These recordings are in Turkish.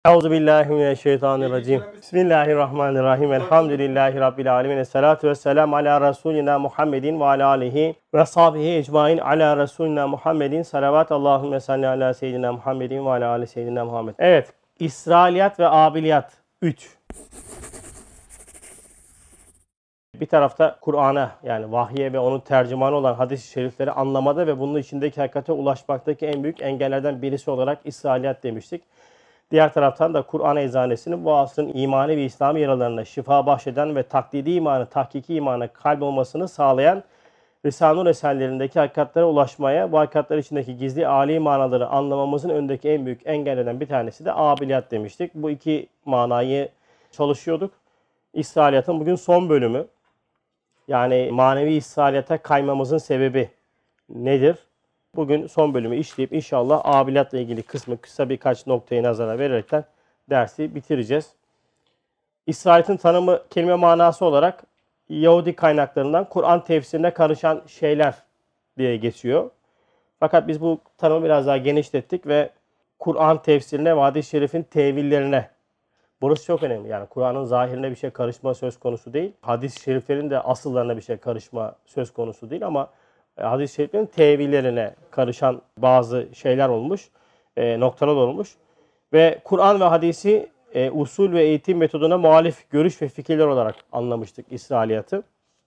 Euzubillahimineşşeytanirracim. Bismillahirrahmanirrahim. Elhamdülillahi Rabbil alemin. Esselatu vesselamu ala Resulina Muhammedin ve ala alihi ve sahbihi ecmain ala Resulina Muhammedin. Salavat Allahümme salli ala seyyidina Muhammedin ve ala ali seyyidina Muhammed. Evet. İsrailiyat ve abiliyat 3. Bir tarafta Kur'an'a yani vahye ve onun tercümanı olan hadis-i şerifleri anlamada ve bunun içindeki hakikate ulaşmaktaki en büyük engellerden birisi olarak İsrailiyat demiştik. Diğer taraftan da Kur'an eczanesinin bu asrın imani ve İslami yaralarına şifa bahşeden ve taklidi imanı, tahkiki imanı kalp olmasını sağlayan Risale-i Nur eserlerindeki hakikatlere ulaşmaya, bu hakikatler içindeki gizli âli manaları anlamamızın önündeki en büyük engellerden bir tanesi de abiliyat demiştik. Bu iki manayı çalışıyorduk. İsrailiyatın bugün son bölümü. Yani manevi İsrailiyata kaymamızın sebebi nedir? Bugün son bölümü işleyip inşallah abiliyatla ilgili kısmı kısa birkaç noktayı nazara vererekten dersi bitireceğiz. İsrailiyatın tanımı kelime manası olarak Yahudi kaynaklarından Kur'an tefsirine karışan şeyler diye geçiyor. Fakat biz bu tanımı biraz daha genişlettik ve Kur'an tefsirine ve hadis-i şerifin tevillerine. Burası çok önemli. Yani Kur'an'ın zahirine bir şey karışma söz konusu değil. Hadis-i şeriflerin de asıllarına bir şey karışma söz konusu değil ama hadis-i şeriflerin tevillerine karışan bazı şeyler olmuş, noktalar olmuş. Ve Kur'an ve hadisi usul ve eğitim metoduna muhalif görüş ve fikirler olarak anlamıştık İsrailiyatı.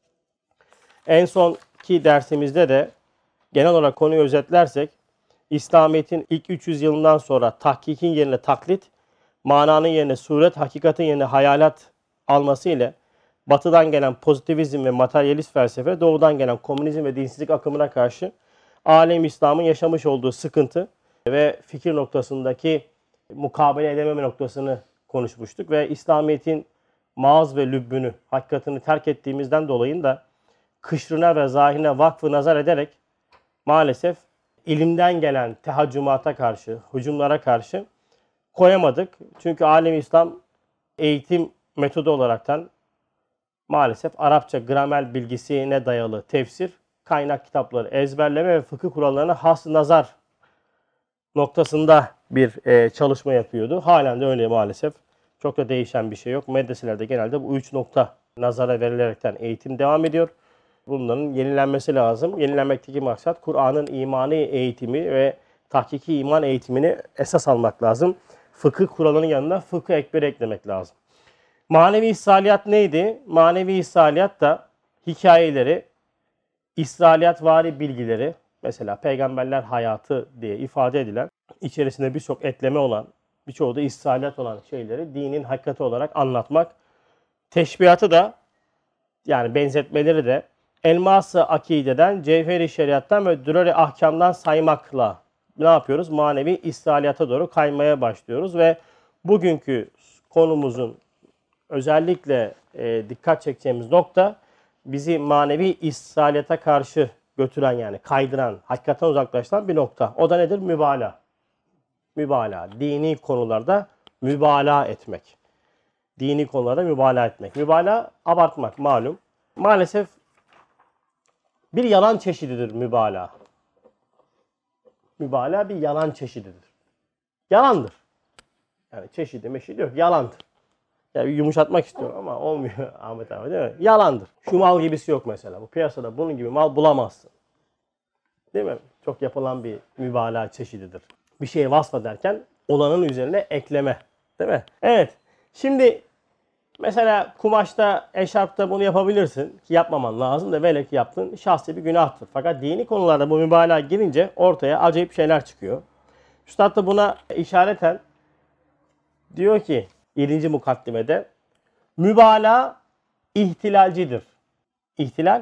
En sonki dersimizde de genel olarak konuyu özetlersek, İslamiyet'in ilk 300 yılından sonra tahkikin yerine taklit, mananın yerine suret, hakikatin yerine hayalat alması ile Batı'dan gelen pozitivizm ve materyalist felsefe, Doğu'dan gelen komünizm ve dinsizlik akımına karşı alem İslam'ın yaşamış olduğu sıkıntı ve fikir noktasındaki mukabele edememe noktasını konuşmuştuk. Ve İslamiyet'in maaz ve lübbünü, hakikatini terk ettiğimizden dolayı da kışrına ve zahirine vakfı nazar ederek maalesef ilimden gelen tehaccümata karşı, hücumlara karşı koyamadık. Çünkü alem İslam eğitim metodu olaraktan maalesef Arapça gramer bilgisine dayalı tefsir, kaynak kitapları ezberleme ve fıkıh kurallarına has nazar noktasında bir çalışma yapıyordu. Halen de öyle maalesef. Çok da değişen bir şey yok. Medreselerde genelde bu 3 nokta nazara verilerekten eğitim devam ediyor. Bunların yenilenmesi lazım. Yenilenmekteki maksat Kur'an'ın imani eğitimi ve tahkiki iman eğitimini esas almak lazım. Fıkıh kuralının yanına fıkıh ekberi eklemek lazım. Manevi İsrailiyat neydi? Manevi İsrailiyat da hikayeleri, İsrailiyatvari bilgileri, mesela peygamberler hayatı diye ifade edilen, içerisinde birçok ekleme olan, birçoğu da İsrailiyat olan şeyleri dinin hakikati olarak anlatmak. Teşbihatı da, yani benzetmeleri de elmas-ı akideden, cevheri şeriattan ve düreri ahkamdan saymakla ne yapıyoruz? Manevi İsrailiyata doğru kaymaya başlıyoruz ve bugünkü konumuzun özellikle dikkat çekeceğimiz nokta bizi manevi İsrailiyata karşı götüren, yani kaydıran, hakikaten uzaklaştıran bir nokta. O da nedir? Mübalağa. Mübalağa. Dini konularda mübalağa etmek. Dini konularda mübalağa etmek. Mübalağa abartmak malum. Maalesef bir yalan çeşididir mübalağa. Mübalağa bir yalan çeşididir. Yalandır. Yani çeşidi meşidi yok. Yalandır. Yani yumuşatmak istiyorum ama olmuyor Ahmet abi, değil mi? Yalandır. Şu mal gibisi yok mesela. Bu piyasada bunun gibi mal bulamazsın. Değil mi? Çok yapılan bir mübalağa çeşididir. Bir şeye vasfederken olanın üzerine ekleme. Değil mi? Evet. Şimdi mesela kumaşta, eşarpta bunu yapabilirsin. Ki yapmaman lazım da velev ki yaptın. Şahsi bir günahtır. Fakat dini konularda bu mübalağa girince ortaya acayip şeyler çıkıyor. Üstad da buna işareten diyor ki 7. mukaddimede mübalağa ihtilalcidir. İhtilal?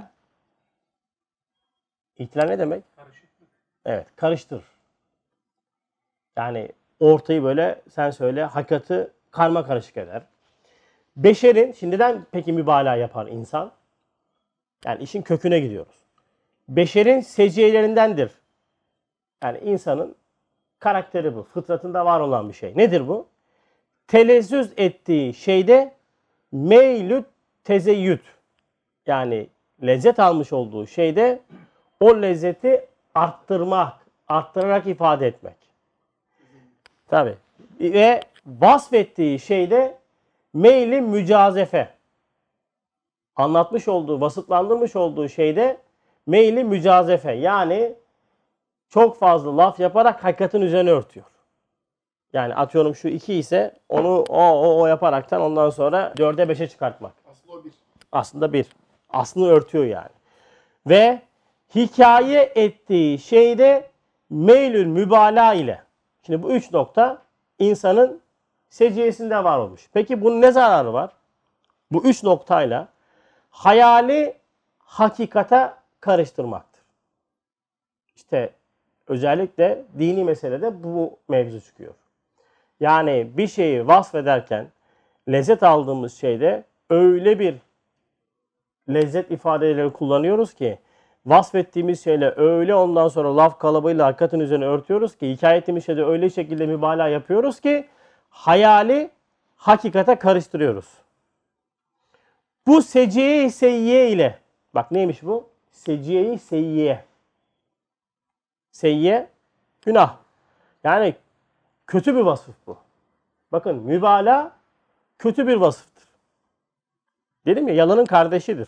İhtilal ne demek? Karışıklık. Evet, karıştır. Yani ortayı böyle sen söyle hakikati karma karışık eder. Beşerin, şimdi neden peki mübalağa yapar insan? Yani işin köküne gidiyoruz. Beşerin seciyelerindendir. Yani insanın karakteri bu. Fıtratında var olan bir şey. Nedir bu? Telezzüz ettiği şeyde meylü tezeyyüt, yani lezzet almış olduğu şeyde o lezzeti arttırmak, arttırarak ifade etmek. Tabii. Ve vasfettiği şeyde meyli mücazefe. Anlatmış olduğu, vasıflandırmış olduğu şeyde meyli mücazefe. Yani çok fazla laf yaparak hakikatin üzerine örtüyor. Yani atıyorum şu 2 ise onu o yaparaktan ondan sonra 4'e 5'e çıkartmak. Aslında o 1. Aslında 1. Aslını örtüyor yani. Ve hikaye ettiği şeyde meylül mübalağa ile. Şimdi bu 3 nokta insanın seciyesinde var olmuş. Peki bunun ne zararı var? Bu 3 noktayla hayali hakikate karıştırmaktır. İşte özellikle dini meselede bu mevzu çıkıyor. Yani bir şeyi vasfederken lezzet aldığımız şeyde öyle bir lezzet ifadeleri kullanıyoruz ki vasfettiğimiz şeyle öyle ondan sonra laf kalıbıyla hakikatin üzerine örtüyoruz ki hikaye ettiğimiz şeyde öyle şekilde mübalağa yapıyoruz ki hayali hakikate karıştırıyoruz. Bu seciye-i seyyiye ile bak neymiş bu? Seciye-i seyyiye. Seyyiye günah. Yani kötü bir vasıf bu. Bakın mübalağa kötü bir vasıftır. Dedim ya yalanın kardeşidir.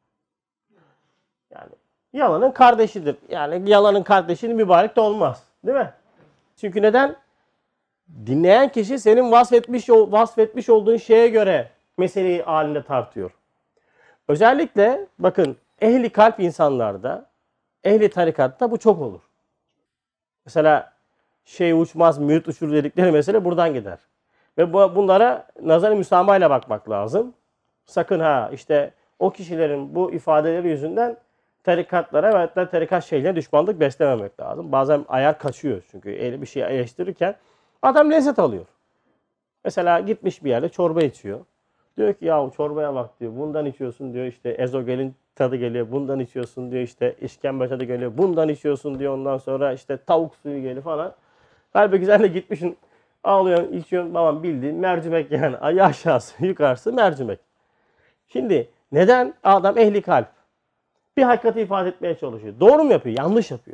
Yani yalanın kardeşidir. Yani yalanın kardeşinin mübarek de olmaz. Değil mi? Çünkü neden? Dinleyen kişi senin vasfetmiş olduğun şeye göre meseleyi halinde tartıyor. Özellikle bakın ehli kalp insanlarda, ehli tarikatta bu çok olur. Mesela şey uçmaz, mürit uçur dedikleri mesele buradan gider. Ve bunlara nazar-ı müsamahayla bakmak lazım. Sakın ha işte o kişilerin bu ifadeleri yüzünden tarikatlara ve hatta tarikat şeylerine düşmanlık beslememek lazım. Bazen ayar kaçıyor çünkü bir şey eleştirirken adam lezzet alıyor. Mesela gitmiş bir yerde çorba içiyor. Diyor ki ya çorbaya bak diyor. Bundan içiyorsun diyor işte ezogelin tadı geliyor. Bundan içiyorsun diyor işte işkembe tadı geliyor. Bundan içiyorsun diyor ondan sonra işte tavuk suyu geliyor falan. Halbuki sen de gitmişsin ağlıyorsun içiyorsun babam bildiğin mercimek yani. Ayağı aşağısı yukarısı mercimek. Şimdi neden adam ehli kalp? Bir hakikati ifade etmeye çalışıyor. Doğru mu yapıyor? Yanlış yapıyor.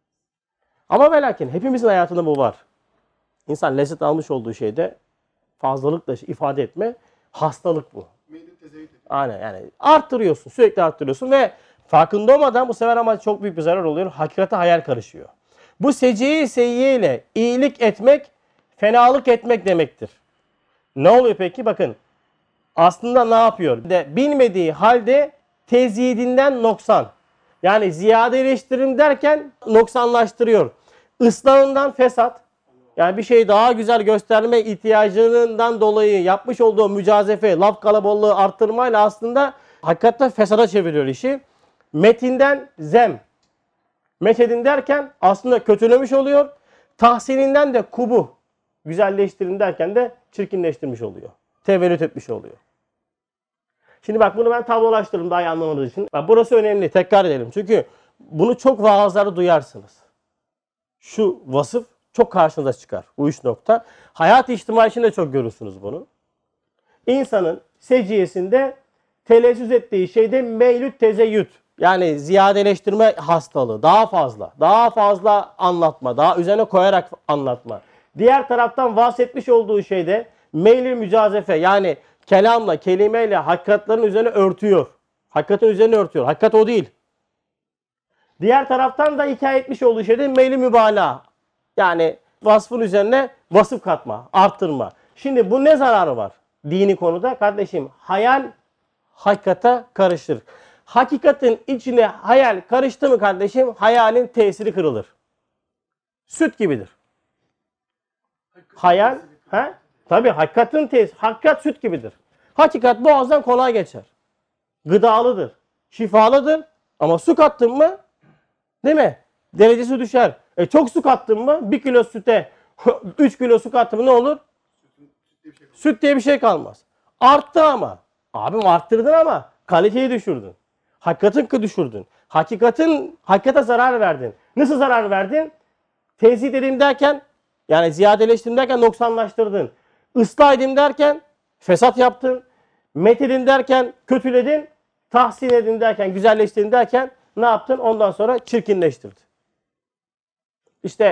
Ama ve lakin hepimizin hayatında bu var. İnsan lezzet almış olduğu şeyde fazlalıkla ifade etme hastalık bu. Aynen yani arttırıyorsun, sürekli arttırıyorsun ve farkında olmadan bu sefer ama çok büyük bir zarar oluyor. Hakikate hayal karışıyor. Bu seciye-i seyyiye ile iyilik etmek, fenalık etmek demektir. Ne oluyor peki? Bakın aslında ne yapıyor? Bilmediği halde tezyidinden noksan. Yani ziyadeleştirim derken noksanlaştırıyor. Islahından fesat. Yani bir şeyi daha güzel gösterme ihtiyacından dolayı yapmış olduğu mücazefe, laf kalabalığı arttırmayla aslında hakikaten fesada çeviriyor işi. Metinden zem. Methedin derken aslında kötülemiş oluyor. Tahsininden de kubu. Güzelleştirin derken de çirkinleştirmiş oluyor. Tevellüt etmiş oluyor. Şimdi bak bunu ben tablolaştırdım daha iyi anlamanız için. Bak burası önemli. Tekrar edelim. Çünkü bunu çok vaazlarda duyarsınız. Şu vasıf çok karşınıza çıkar. Bu 3 nokta. Hayat-ı içtimai için de çok görürsünüz bunu. İnsanın seciyesinde telezzüz ettiği şeyde meylüt tezeyyüt. Yani ziyadeleştirme hastalığı. Daha fazla anlatma. Daha üzerine koyarak anlatma. Diğer taraftan bahsetmiş olduğu şeyde meyli mücazefe. Yani kelamla, kelimeyle hakikatlerin üzerine örtüyor. Hakikatin üzerine örtüyor. Hakikat o değil. Diğer taraftan da hikaye etmiş olduğu şeyde meyli mübalağa. Yani vasfın üzerine vasıf katma, arttırma. Şimdi bu ne zararı var dini konuda? Kardeşim hayal hakikate karışır. Hakikatin içine hayal karıştı mı kardeşim? Hayalin tesiri kırılır. Süt gibidir. Hayal, tabii hakikatin tesiri, hakikat süt gibidir. Hakikat boğazdan kolay geçer. Gıdalıdır, şifalıdır ama su kattın mı, değil mi? Derecesi düşer. Çok su kattın mı 1 kilo süte 3 kilo su kattın mı ne olur? Süt diye bir şey kalmaz. Arttı ama. Abim arttırdın ama kaliteyi düşürdün. Hakikatini düşürdün. Hakikate zarar verdin. Nasıl zarar verdin? Tezhid edeyim derken yani ziyadeleştirdim derken noksanlaştırdın. Islah edeyim derken fesat yaptın. Methedin derken kötüledin. Tahsin edin derken güzelleştirdin derken ne yaptın? Ondan sonra çirkinleştirdin. İşte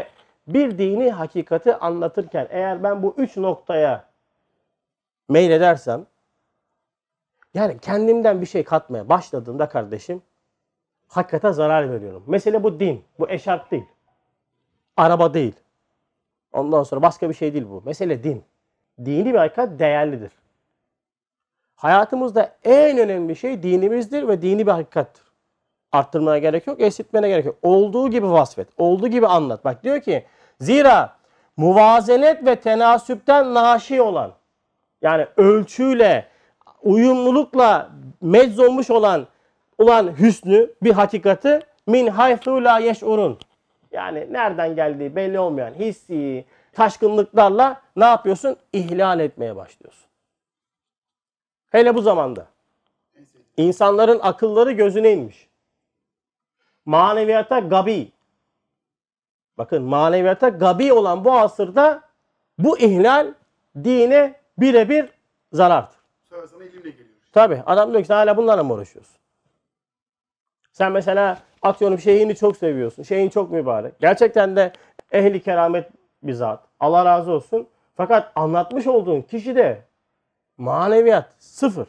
bir dini hakikati anlatırken eğer ben bu 3 noktaya meyledersem, yani kendimden bir şey katmaya başladığımda kardeşim, hakikate zarar veriyorum. Mesele bu din. Bu eşarp değil. Araba değil. Ondan sonra başka bir şey değil bu. Mesele din. Dini bir hakikat değerlidir. Hayatımızda en önemli şey dinimizdir ve dini bir hakikattir. Arttırmaya gerek yok, eksiltmene gerek yok. Olduğu gibi vasfet, olduğu gibi anlat. Bak diyor ki, zira muvazenet ve tenasüpten naşi olan, yani ölçüyle, uyumlulukla meczolmuş olan hüsnü, bir hakikati min haythu la yeş'urun. Yani nereden geldiği belli olmayan hissi, taşkınlıklarla ne yapıyorsun? İhlal etmeye başlıyorsun. Hele bu zamanda. İnsanların akılları gözüne inmiş. Maneviyata gabi. Bakın maneviyata gabi olan bu asırda bu ihlal dine birebir zarardır. Sonra sana ilimle geliyor. Tabi adam diyor ki sen hala bunlarla mı uğraşıyorsun? Sen mesela atıyorum şeyini çok seviyorsun. Şeyin çok mübarek. Gerçekten de ehli keramet bir zat. Allah razı olsun. Fakat anlatmış olduğun kişi de maneviyat sıfır.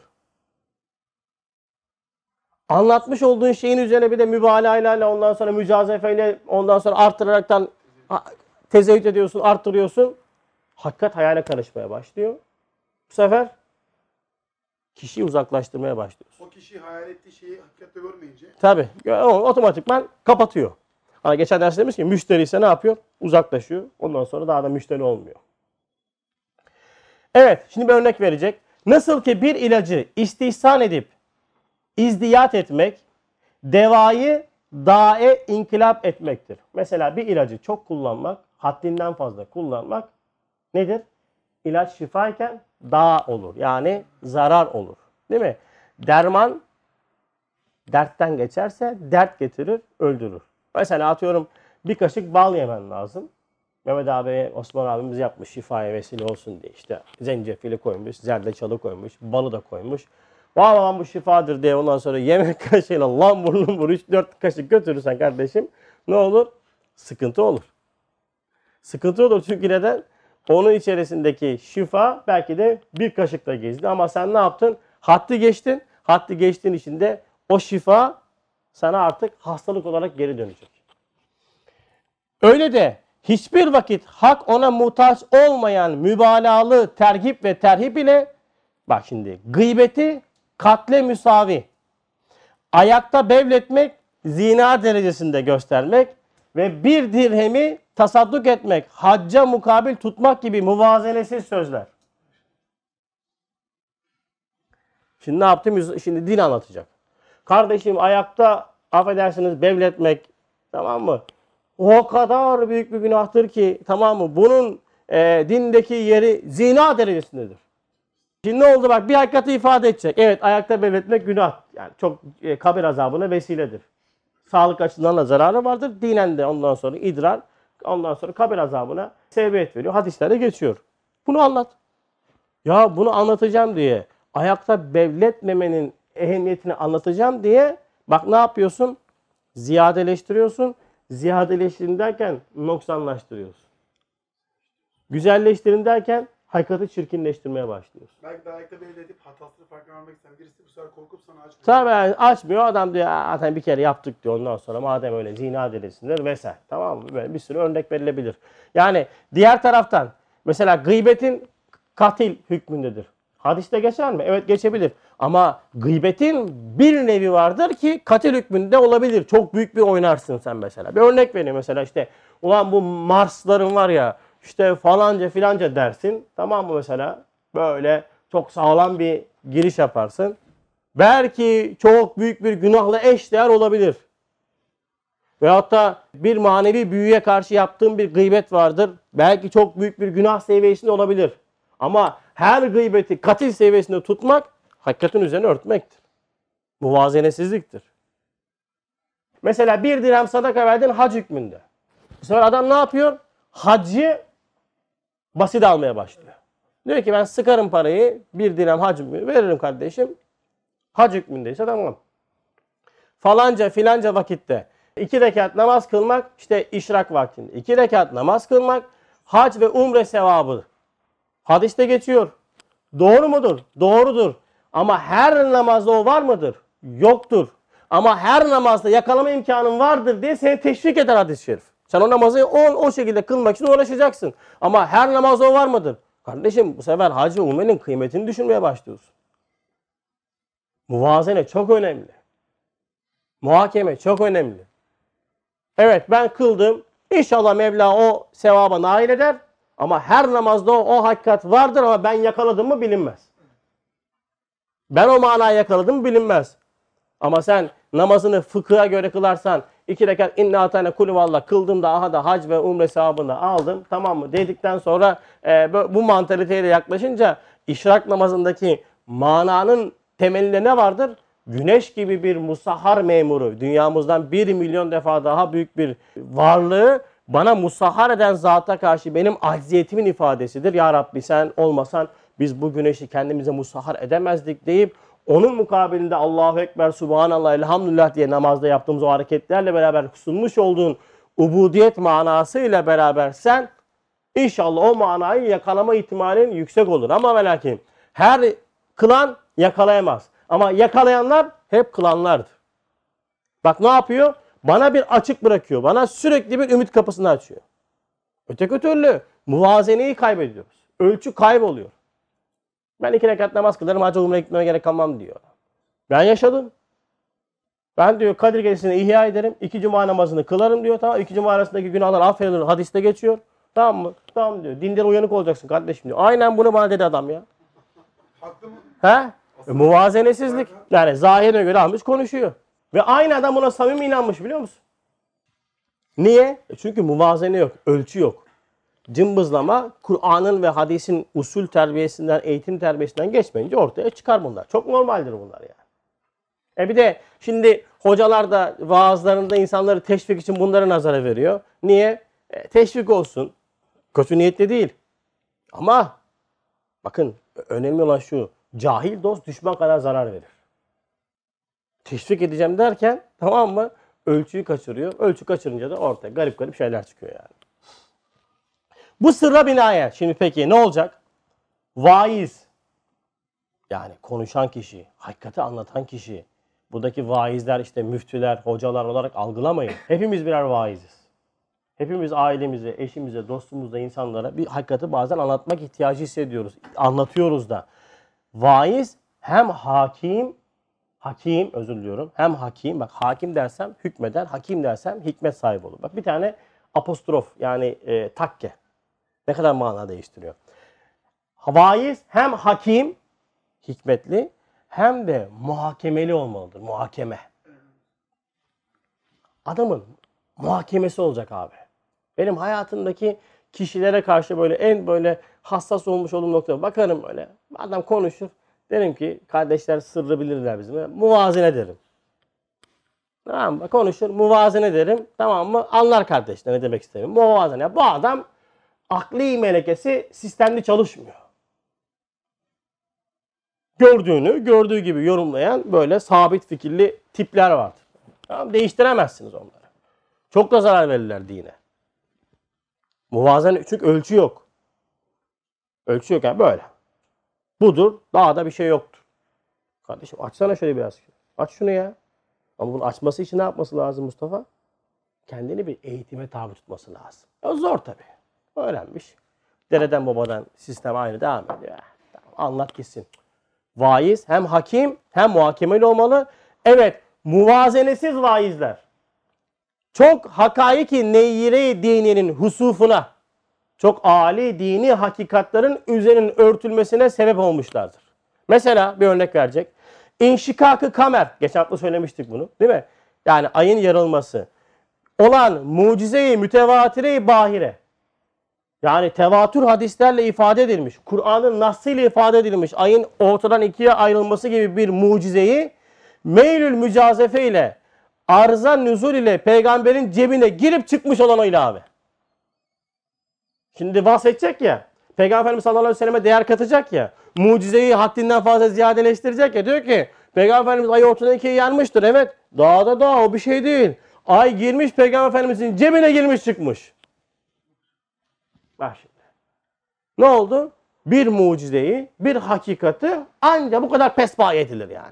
Anlatmış olduğun şeyin üzerine bir de mübalağayla ondan sonra mücazefeyle ondan sonra arttıraraktan tezahüt ediyorsun, arttırıyorsun. Hakikat hayale karışmaya başlıyor. Bu sefer kişiyi uzaklaştırmaya başlıyorsun. O kişi hayal ettiği şeyi hakikatte görmeyince Tabii. Otomatikman kapatıyor. Hani geçen ders demiş ki müşteri ise ne yapıyor? Uzaklaşıyor. Ondan sonra daha da müşteri olmuyor. Evet. Şimdi bir örnek verecek. Nasıl ki bir ilacı istihsan edip izdiyat etmek, devayı dae inkılap etmektir. Mesela bir ilacı çok kullanmak, haddinden fazla kullanmak nedir? İlaç şifayken da olur. Yani zarar olur. Değil mi? Derman dertten geçerse dert getirir, öldürür. Mesela atıyorum bir kaşık bal yemen lazım. Mehmet abi, Osman abimiz yapmış şifaya vesile olsun diye işte zencefili koymuş, zerdeçalı koymuş, balı da koymuş. Vallahi bu şifadır diye ondan sonra yemek kaşığıyla lambur lumbur 3-4 kaşık götürürsen kardeşim ne olur? Sıkıntı olur. Sıkıntı olur çünkü neden? Onun içerisindeki şifa belki de bir kaşıkla gezdi ama sen ne yaptın? Haddi geçtin. Haddi geçtiğin için de o şifa sana artık hastalık olarak geri dönecek. Öyle de hiçbir vakit hak ona muhtaç olmayan mübalağalı tergip ve terhip ile bak şimdi gıybeti katle müsavi, ayakta bevletmek, zina derecesinde göstermek ve bir dirhemi tasadduk etmek, hacca mukabil tutmak gibi muvazenesiz sözler. Şimdi ne yaptım? Şimdi din anlatacak. Kardeşim ayakta affedersiniz bevletmek, tamam mı? O kadar büyük bir günahtır ki, tamam mı? Bunun dindeki yeri zina derecesindedir. Şimdi ne oldu bak bir hakikati ifade edecek. Evet ayakta bevletmek günah. Yani çok kabir azabına vesiledir. Sağlık açısından da zararı vardır. Dinen de ondan sonra idrar, ondan sonra kabir azabına sebebiyet veriyor. Hadislerde geçiyor. Bunu anlat. Ya bunu anlatacağım diye, ayakta bevletmemenin ehemmiyetini anlatacağım diye bak ne yapıyorsun? Ziyadeleştiriyorsun. Ziyadeleştirin derken noksanlaştırıyorsun. Güzelleştirin derken hakikati çirkinleştirmeye başlıyorsun. belki de ayakta belli edip hatasını farkına varmak isteyen birisi bu sefer korkup sana açmıyor. Tabii yani açmıyor. Adam diyor zaten bir kere yaptık diyor. Ondan sonra madem öyle zina dedesindir vesaire. Tamam mı? Böyle bir sürü örnek verilebilir. Yani diğer taraftan mesela gıybetin katil hükmündedir. Hadiste geçer mi? Evet geçebilir. Ama gıybetin bir nevi vardır ki katil hükmünde olabilir. Çok büyük bir oynarsın sen mesela. Bir örnek vereyim mesela işte ulan bu Marsların var ya işte falanca filanca dersin. Tamam mı mesela? Böyle çok sağlam bir giriş yaparsın. Belki çok büyük bir günahla eşdeğer olabilir. Veyahut da bir manevi büyüye karşı yaptığın bir gıybet vardır. Belki çok büyük bir günah seviyesinde olabilir. Ama her gıybeti katil seviyesinde tutmak hakikatin üzerine örtmektir. Muvazenesizliktir. Mesela bir dirhem sadaka verdin hac hükmünde. Sonra adam ne yapıyor? Haccı basit almaya başlıyor. Diyor ki ben sıkarım parayı bir dirhem hac hükmü veririm kardeşim. Hac hükmündeyse tamam. Falanca filanca vakitte 2 rekat namaz kılmak, işte işrak vaktinde 2 rekat namaz kılmak, hac ve umre sevabı. Hadiste geçiyor. Doğru mudur? Doğrudur. Ama her namazda o var mıdır? Yoktur. Ama her namazda yakalama imkanın vardır diye seni teşvik eder hadis-i şerif. Sen o namazı o şekilde kılmak için uğraşacaksın. Ama her namazda o var mıdır? Kardeşim bu sefer hac ve umrenin kıymetini düşünmeye başlıyorsun. Muvazene çok önemli. Muhakeme çok önemli. Evet ben kıldım. İnşallah Mevla o sevaba nail eder. Ama her namazda o hakikat vardır ama ben yakaladım mı bilinmez. Ben o manayı yakaladım mı bilinmez. Ama sen namazını fıkıha göre kılarsan 2 rekat inna atane kulüvallah kıldım da aha da hac ve umre sevabını aldım tamam mı dedikten sonra bu mantaliteyle yaklaşınca işrak namazındaki mananın temelinde ne vardır? Güneş gibi bir musahhar memuru, dünyamızdan 1 milyon defa daha büyük bir varlığı bana musahhar eden zata karşı benim acziyetimin ifadesidir. Ya Rabbi sen olmasan biz bu güneşi kendimize musahhar edemezdik deyip onun mukabilinde Allahu Ekber, Subhanallah, Elhamdülillah diye namazda yaptığımız o hareketlerle beraber sunmuş olduğun ubudiyet manasıyla beraber sen inşallah o manayı yakalama ihtimalin yüksek olur. Ama ve lakin her kılan yakalayamaz. Ama yakalayanlar hep kılanlardır. Bak ne yapıyor? Bana bir açık bırakıyor. Bana sürekli bir ümit kapısını açıyor. Öteki türlü muvazeneyi kaybediyoruz. Ölçü kayboluyor. Ben 2 rekat namaz kılarım, hacca umreye gitmeme gerek kalmam diyor. Ben yaşadım. Ben diyor Kadir Gecesi'ni ihya ederim. 2 cuma namazını kılarım diyor. Tamam 2 cuma arasındaki günahlar affedilir. Hadiste geçiyor. Tamam mı? Tamam diyor. Dinden uyanık olacaksın kardeşim diyor. Aynen bunu bana dedi adam ya. Haklı mı? He? Muvazenesizlik. Yani zahirine göre almış konuşuyor. Ve aynı adam buna samimi inanmış biliyor musun? Niye? Çünkü muvazene yok. Ölçü yok. Cımbızlama Kur'an'ın ve hadisin usul terbiyesinden, eğitim terbiyesinden geçmeyince ortaya çıkar bunlar. Çok normaldir bunlar yani. Bir de şimdi hocalar da vaazlarında insanları teşvik için bunları nazara veriyor. Niye? Teşvik olsun. Kötü niyetli değil. Ama bakın önemli olan şu. Cahil dost düşman kadar zarar verir. Teşvik edeceğim derken tamam mı? Ölçüyü kaçırıyor. Ölçü kaçırınca da ortaya garip garip şeyler çıkıyor yani. Bu sırra binaen şimdi peki ne olacak? Vaiz yani konuşan kişi, hakikati anlatan kişi. Buradaki vaizler işte müftüler, hocalar olarak algılamayın. Hepimiz birer vaiziz. Hepimiz ailemize, eşimize, dostumuza, insanlara bir hakikati bazen anlatmak ihtiyacı hissediyoruz. Anlatıyoruz da. Vaiz hem hakim özür diliyorum. Hem hakim, bak hakim dersem hükmeder, hakim dersem hikmet sahibi olur. Bak bir tane apostrof yani takke. Ne kadar mana değiştiriyor. Vaiz hem hakim, hikmetli hem de muhakemeli olmalıdır. Muhakeme. Adamın muhakemesi olacak abi. Benim hayatımdaki kişilere karşı böyle en böyle hassas olmuş olduğum nokta bakarım böyle. Adam konuşur. Derim ki kardeşler sırrı bilirler bizim. Muvazene derim. Tamam mı? Konuşur. Muvazene derim. Tamam mı? Anlar kardeşler ne demek istediğimi. Muvazene. Ya bu adam akli melekesi sistemli çalışmıyor. Gördüğü gibi yorumlayan böyle sabit fikirli tipler vardır. Tamam, değiştiremezsiniz onları. Çok da zarar verirler dine. Muvazene çünkü ölçü yok. Ölçü yok yani böyle. Budur. Daha da bir şey yoktur. Kardeşim açsana şöyle biraz. Aç şunu ya. Ama bunu açması için ne yapması lazım Mustafa? Kendini bir eğitime tabi tutması lazım. O zor tabii. Öğrenmiş. Dededen babadan sistem aynı devam ediyor. Tamam, anlat gitsin. Vaiz hem hakim hem muhakemeli olmalı. Evet, muvazenesiz vaizler. Çok hakaiki neyire dininin husufuna, çok âli dini hakikatlerin üzerinin örtülmesine sebep olmuşlardır. Mesela bir örnek verecek. İnşikak-ı kamer, geçen hafta söylemiştik bunu değil mi? Yani ayın yarılması. Olan mucize-i mütevatire-i bahire. Yani tevatür hadislerle ifade edilmiş, Kur'an'ın nassıyla ifade edilmiş ayın ortadan ikiye ayrılması gibi bir mucizeyi meylül mücazefe ile arıza nüzul ile peygamberin cebine girip çıkmış olan o ilave. Şimdi bahsedecek ya, Peygamber Efendimiz sallallahu aleyhi ve selleme değer katacak ya, mucizeyi haddinden fazla ziyadeleştirecek ya, diyor ki Peygamber Efendimiz ayı ortadan ikiye yanmıştır. Evet, daha o bir şey değil. Ay girmiş Peygamber Efendimizin cebine girmiş çıkmış. Bak şimdi. Ne oldu? Bir mucizeyi, bir hakikati ancak bu kadar pespaye edilir yani.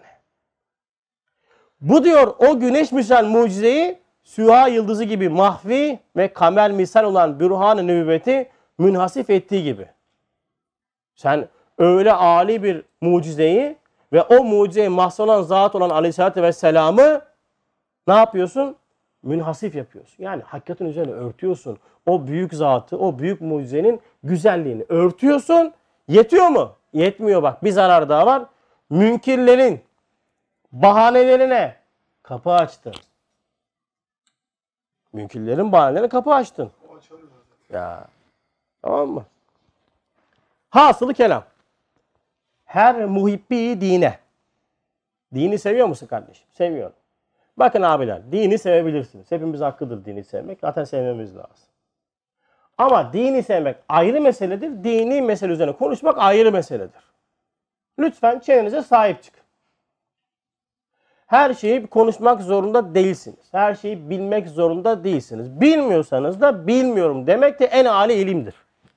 Bu diyor o güneş misal mucizeyi Süha yıldızı gibi mahvi ve kamer misal olan bürhan-ı nübüvveti münhasif ettiği gibi. Sen öyle âli bir mucizeyi ve o mucizeye mahzun olan zat olan Aleyhisselatü Vesselam'ı ne yapıyorsun? Münhasif yapıyorsun. Yani hakikatin üzerine örtüyorsun. O büyük zatı, o büyük mucizenin güzelliğini örtüyorsun. Yetiyor mu? Yetmiyor bak. Bir zarar daha var. Münkirlerin bahanelerine kapı açtın. Münkirlerin bahanelerine kapı açtın. O açılıyor zaten. Ya. Tamam mı? Hasılı kelam. Her muhibbi dine. Dini seviyor musun kardeşim? Seviyorum. Bakın abiler, dini sevebilirsiniz. Hepimiz hakkıdır dini sevmek. Zaten sevmemiz lazım. Ama dini sevmek ayrı meseledir. Dini mesele üzerine konuşmak ayrı meseledir. Lütfen çenenize sahip çıkın. Her şeyi konuşmak zorunda değilsiniz. Her şeyi bilmek zorunda değilsiniz. Bilmiyorsanız da bilmiyorum demek de en âli ilimdir.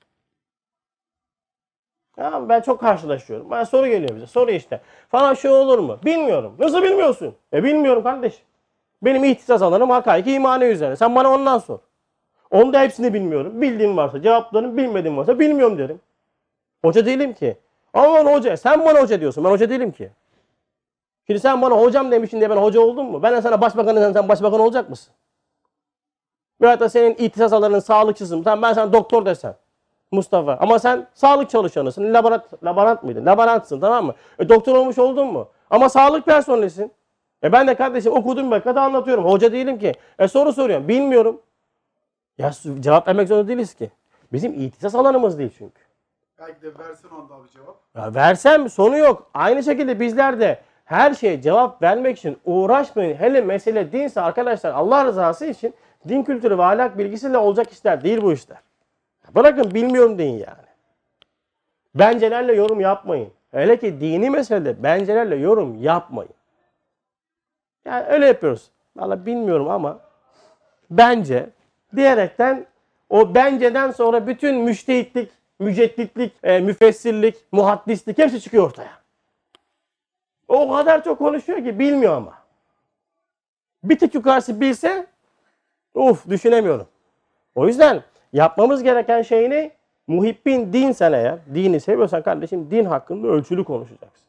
Ya ben çok karşılaşıyorum. Bana soru geliyor bize. Soru işte. Falan şey olur mu? Bilmiyorum. Nasıl bilmiyorsun? Bilmiyorum kardeşim. Benim ihtisas alanım hakaiki imani üzerine. Sen bana ondan sor. Onda hepsini bilmiyorum. Bildiğim varsa cevaplarım, bilmediğim varsa bilmiyorum derim. Hoca değilim ki. Ama ben hoca. Sen bana hoca diyorsun. Ben hoca değilim ki. Şimdi sen bana hocam demişsin diye ben hoca oldum mu? Ben de sana başbakan desem sen başbakan olacak mısın? Veyahut da senin ihtisas alanın sağlıkçısın. Ben sana doktor desem. Mustafa. Ama sen sağlık çalışanısın. Laborant mıydın? Laborantsın, tamam mı? Doktor olmuş oldun mu? Ama sağlık personelisin. Ben de kardeşim okudum be kadar anlatıyorum. Hoca değilim ki. Soru soruyorum. Bilmiyorum. Ya cevap vermek zorunda değiliz ki. Bizim ihtisas alanımız değil çünkü. Belki de versin onda abi cevap. Ya versem sonu yok. Aynı şekilde bizler de her şeye cevap vermek için uğraşmayın. Hele mesele dinse arkadaşlar Allah rızası için din kültürü ve ahlak bilgisiyle olacak işler değil bu işler. Bırakın bilmiyorum deyin yani. Bencelerle yorum yapmayın. Hele ki dini meselede bencelerle yorum yapmayın. Yani öyle yapıyoruz. Vallahi bilmiyorum ama bence diyerekten o benceden sonra bütün müştehitlik, mücedditlik, müfessirlik, muhaddislik hepsi çıkıyor ortaya. O kadar çok konuşuyor ki bilmiyor ama. Bir tık yukarısı bilse düşünemiyorum. O yüzden yapmamız gereken şey ne? Muhibbin dinsen eğer, dini seviyorsan kardeşim din hakkında ölçülü konuşacaksın.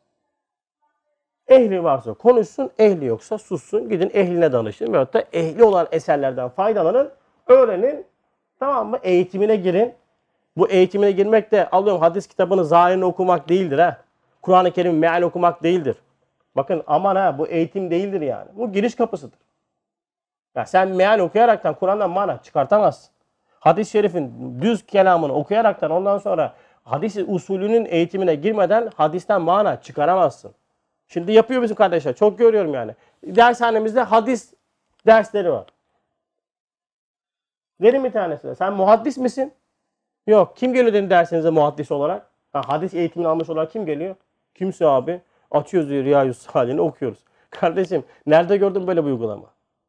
Ehli varsa konuşsun, ehli yoksa sussun. Gidin ehline danışın veyahut da ehli olan eserlerden faydalanın, öğrenin. Tamam mı? Eğitimine girin. Bu eğitimine girmek de alıyorum hadis kitabını zahirini okumak değildir ha. Kur'an-ı Kerim meal okumak değildir. Bakın aman ha bu eğitim değildir yani. Bu giriş kapısıdır. Ya sen meal okuyaraktan Kur'an'dan mana çıkartamazsın. Hadis-i şerifin düz kelamını okuyaraktan ondan sonra hadis usulünün eğitimine girmeden hadisten mana çıkaramazsın. Şimdi yapıyor bizim kardeşler. Çok görüyorum yani. Dershanemizde hadis dersleri var. Verin bir tanesine. Sen muhaddis misin? Yok. Kim geliyor dedim dersinize muhaddis olarak? Hadis eğitimini almış olarak kim geliyor? Kimse abi. Açıyoruz diyor Riyâ-i okuyoruz. Kardeşim nerede gördün böyle bir uygulama?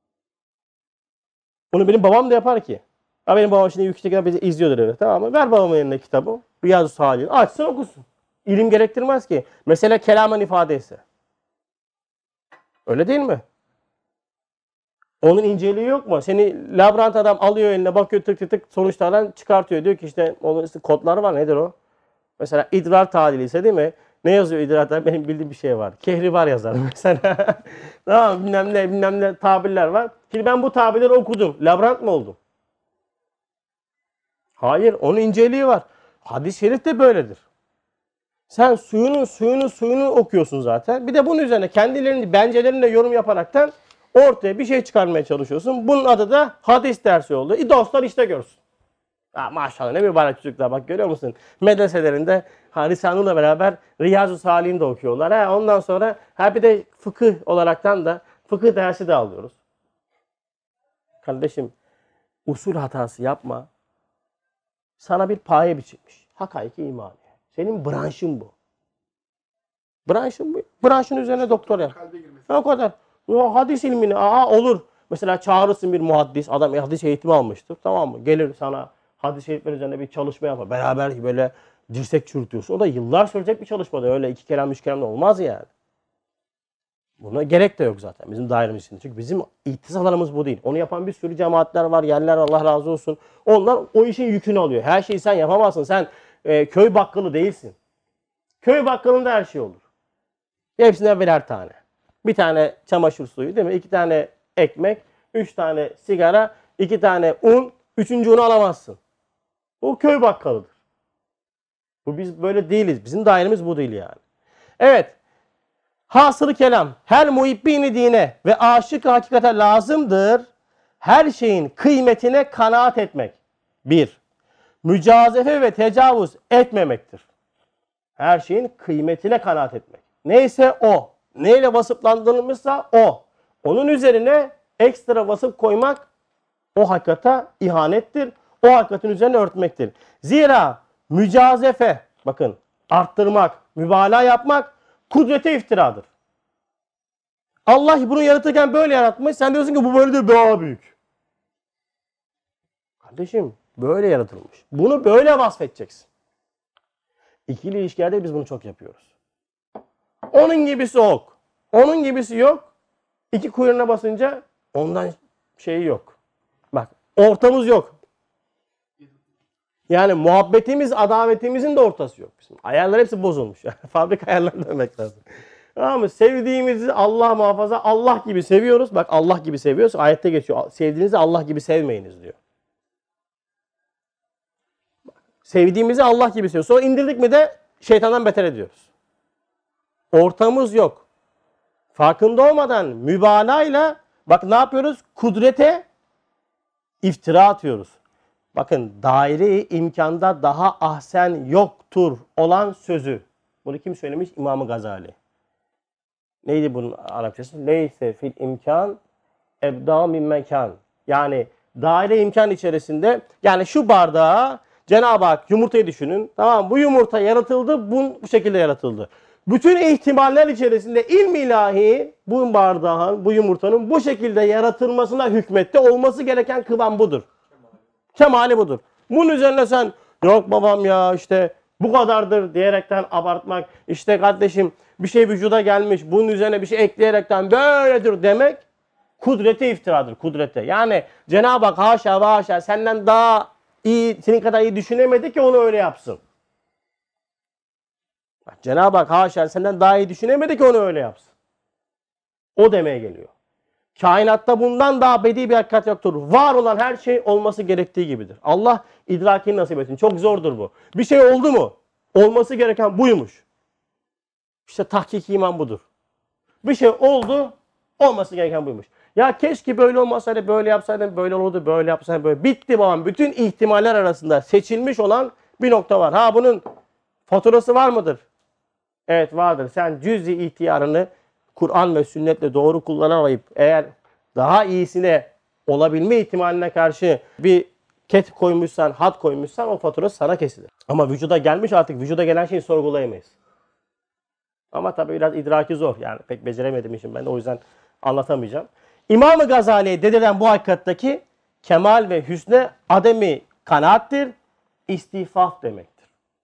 Bunu benim babam da yapar ki. Ya benim babam şimdi yüksek kitap bizi izliyordur evet, tamam mı? Ver babamın eline kitabı. Riyâ-i açsın okusun. İlim gerektirmez ki. Mesela kelamen ifade ise. Öyle değil mi? Onun inceliği yok mu? Seni laborant adam alıyor eline bakıyor tık tık tık sonuçlardan çıkartıyor. Diyor ki işte onun kodları var, nedir o? Mesela idrar tadili ise değil mi? Ne yazıyor idrar tadili? Benim bildiğim bir şey var. Kehribar yazar mesela. Tamam bilmem ne tabirler var. Şimdi ben bu tabirleri okudum. Laborant mı oldum? Hayır. Onun inceliği var. Hadis-i şerif de böyledir. Sen suyunu okuyorsun zaten. Bir de bunun üzerine kendilerini bencelerine yorum yaparaktan ortaya bir şey çıkarmaya çalışıyorsun. Bunun adı da hadis dersi oldu. Dostlar işte görsün. Ya maşallah ne mübarek çocuklar bak görüyor musun? Medreselerinde Risanur'la beraber Riyazu Salih'in de okuyorlar. Ondan sonra bir de fıkıh olaraktan da fıkıh dersi de alıyoruz. Kardeşim usul hatası yapma. Sana bir paye biçilmiş. Hakaiki imani. Senin branşın bu. Branşın bu. Branşın üzerine doktor yap. O kadar. Hadis ilmini olur. Mesela çağırırsın bir muhaddis, adam hadis eğitimi almıştır, tamam mı? Gelir sana hadis-i şerifler üzerine bir çalışma yapar. Beraber böyle dirsek çürütüyorsun. O da yıllar sürecek bir çalışmada. Öyle iki kelam, üç kelamda olmaz yani. Buna gerek de yok zaten bizim dairemiz için. Çünkü bizim ihtisaslarımız bu değil. Onu yapan bir sürü cemaatler var, yerler, Allah razı olsun. Onlar o işin yükünü alıyor. Her şeyi sen yapamazsın. Sen köy bakkalı değilsin. Köy bakkalında her şey olur. Hepsinden birer tane. Bir tane çamaşır suyu değil mi? 2 tane ekmek, 3 tane sigara, 2 tane un, 3. unu alamazsın. Bu köy bakkalıdır. Bu biz böyle değiliz. Bizim dairemiz bu değil yani. Evet. Hasılı kelam. Her muhibbini dine ve aşık hakikate lazımdır. Her şeyin kıymetine kanaat etmek. 1. Mücazefe ve tecavüz etmemektir. Her şeyin kıymetine kanaat etmek. Neyse o. Neyle vasıflandırılmışsa o. Onun üzerine ekstra vasıf koymak o hakikate ihanettir. O hakikatin üzerine örtmektir. Zira mücazefe, bakın arttırmak, mübalağa yapmak kudrete iftiradır. Allah bunu yaratırken böyle yaratmış. Sen diyorsun ki bu böyle değil, daha büyük. Kardeşim böyle yaratılmış. Bunu böyle vasfedeceksin. İkili ilişkilerde biz bunu çok yapıyoruz. Onun gibisi ok. Onun gibisi yok. 2 kuyruğuna basınca ondan şeyi yok. Bak ortamız yok. Yani muhabbetimiz, adavetimizin de ortası yok. Bizim ayarlar hepsi bozulmuş. Yani fabrika ayarlarına dönmek lazım. Ama sevdiğimizi Allah muhafaza Allah gibi seviyoruz. Bak Allah gibi seviyoruz. Ayette geçiyor. Sevdiğinizi Allah gibi sevmeyiniz diyor. Sevdiğimizi Allah gibi seviyoruz. Sonra indirdik mi de şeytandan beter ediyoruz. Ortamız yok. Farkında olmadan mübalağayla bak ne yapıyoruz? Kudrete iftira atıyoruz. Bakın daire-i imkanda daha ahsen yoktur olan sözü. Bunu kim söylemiş? İmam-ı Gazali. Neydi bunun Arapçası? Leyse fil imkan ebda min mekan. Yani daire imkan içerisinde yani şu bardağa Cenab-ı Hak yumurtayı düşünün. Tamam, bu yumurta yaratıldı, bu şekilde yaratıldı. Bütün ihtimaller içerisinde ilm ilahi bu bardağın, bu yumurtanın bu şekilde yaratılmasına hükmetti. Olması gereken kıvam budur. Kemali budur. Bunun üzerine sen yok babam ya işte bu kadardır diyerekten abartmak, işte kardeşim bir şey vücuda gelmiş bunun üzerine bir şey ekleyerekten böyledir demek kudrete iftiradır, kudrete. Yani Cenab-ı Hak haşa ve haşa senden daha iyi, senin kadar iyi düşünemedi ki onu öyle yapsın. Cenab-ı Hak haşa senden daha iyi düşünemedi ki onu öyle yapsın. O demeye geliyor. Kainatta bundan daha bedi bir hakikat yoktur. Var olan her şey olması gerektiği gibidir. Allah idrakini nasip etsin. Çok zordur bu. Bir şey oldu mu? Olması gereken buymuş. İşte tahkiki iman budur. Bir şey oldu, olması gereken buymuş. Ya keşke böyle olmasaydı, böyle yapsaydım, böyle olurdu, böyle yapsaydım, böyle. Bitti babam. Bütün ihtimaller arasında seçilmiş olan bir nokta var. Ha bunun faturası var mıdır? Evet vardır. Sen cüz-i ihtiyarını Kur'an ve sünnetle doğru kullanamayıp eğer daha iyisine olabilme ihtimaline karşı bir ket koymuşsan, hat koymuşsan o faturası sana kesilir. Ama vücuda gelmiş artık vücuda gelen şeyi sorgulayamayız. Ama tabii biraz idraki zor. Yani pek beceremedim işim ben de o yüzden anlatamayacağım. İmam-ı Gazali'ye dedilen bu hakikattaki kemal ve hüsne ademi kanaattir, istifaf demektir.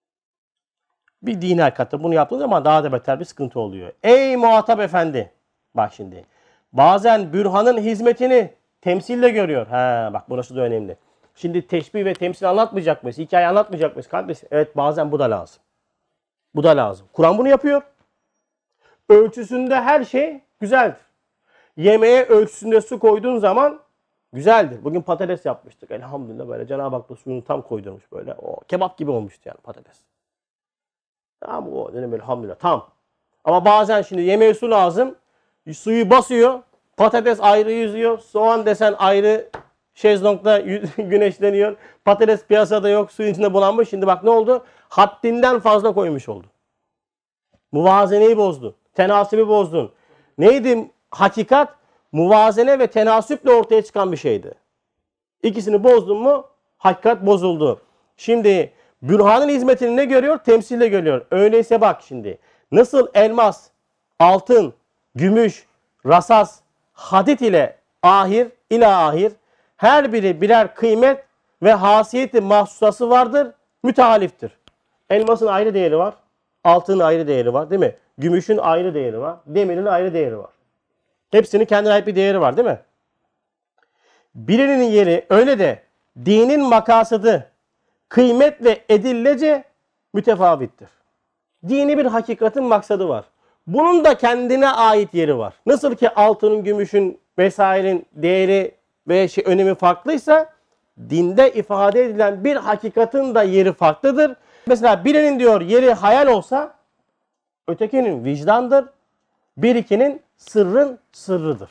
Bir dini hakikatte bunu yaptığınız zaman daha da beter bir sıkıntı oluyor. Ey muhatap efendi! Bak şimdi. Bazen bürhanın hizmetini temsille görüyor. Bak burası da önemli. Şimdi teşbih ve temsil anlatmayacak mıyız? Hikaye anlatmayacak mıyız kardeşim? Evet bazen bu da lazım. Bu da lazım. Kur'an bunu yapıyor. Ölçüsünde her şey güzeldir. Yemeğe ölçüsünde su koyduğun zaman güzeldir. Bugün patates yapmıştık. Elhamdülillah böyle Cenab-ı Hak da suyunu tam koydurmuş böyle. O kebap gibi olmuştu yani patates. Tamam o dedim elhamdülillah tam. Ama bazen şimdi yemeğe su lazım. Suyu basıyor. Patates ayrı yüzüyor. Soğan desen ayrı şezlongda güneşleniyor. Patates piyasada yok. Suyun içinde bulanmış. Şimdi bak ne oldu? Haddinden fazla koymuş oldu. Muvazeneyi bozdu. Tenasibi bozdun. Neydi hakikat? Muvazene ve tenasüple ortaya çıkan bir şeydi. İkisini bozdun mu hakikat bozuldu. Şimdi bürhanın hizmetini ne görüyor? Temsille görüyor. Öyleyse bak şimdi. Nasıl elmas, altın, gümüş, rasas, hadit ile ahir ilahir her biri birer kıymet ve hasiyeti mahsusası vardır, mütehaliftir. Elmasın ayrı değeri var, altının ayrı değeri var değil mi? Gümüşün ayrı değeri var, demirin ayrı değeri var. Hepsinin kendine ait bir değeri var değil mi? Birinin yeri öyle de dinin makasıdı, kıymet ve edillece mütefavittir. Dini bir hakikatin maksadı var. Bunun da kendine ait yeri var. Nasıl ki altının, gümüşün vesairenin değeri ve önemi farklıysa dinde ifade edilen bir hakikatin da yeri farklıdır. Mesela birinin diyor yeri hayal olsa ötekinin vicdandır. Birikinin sırrın sırrıdır.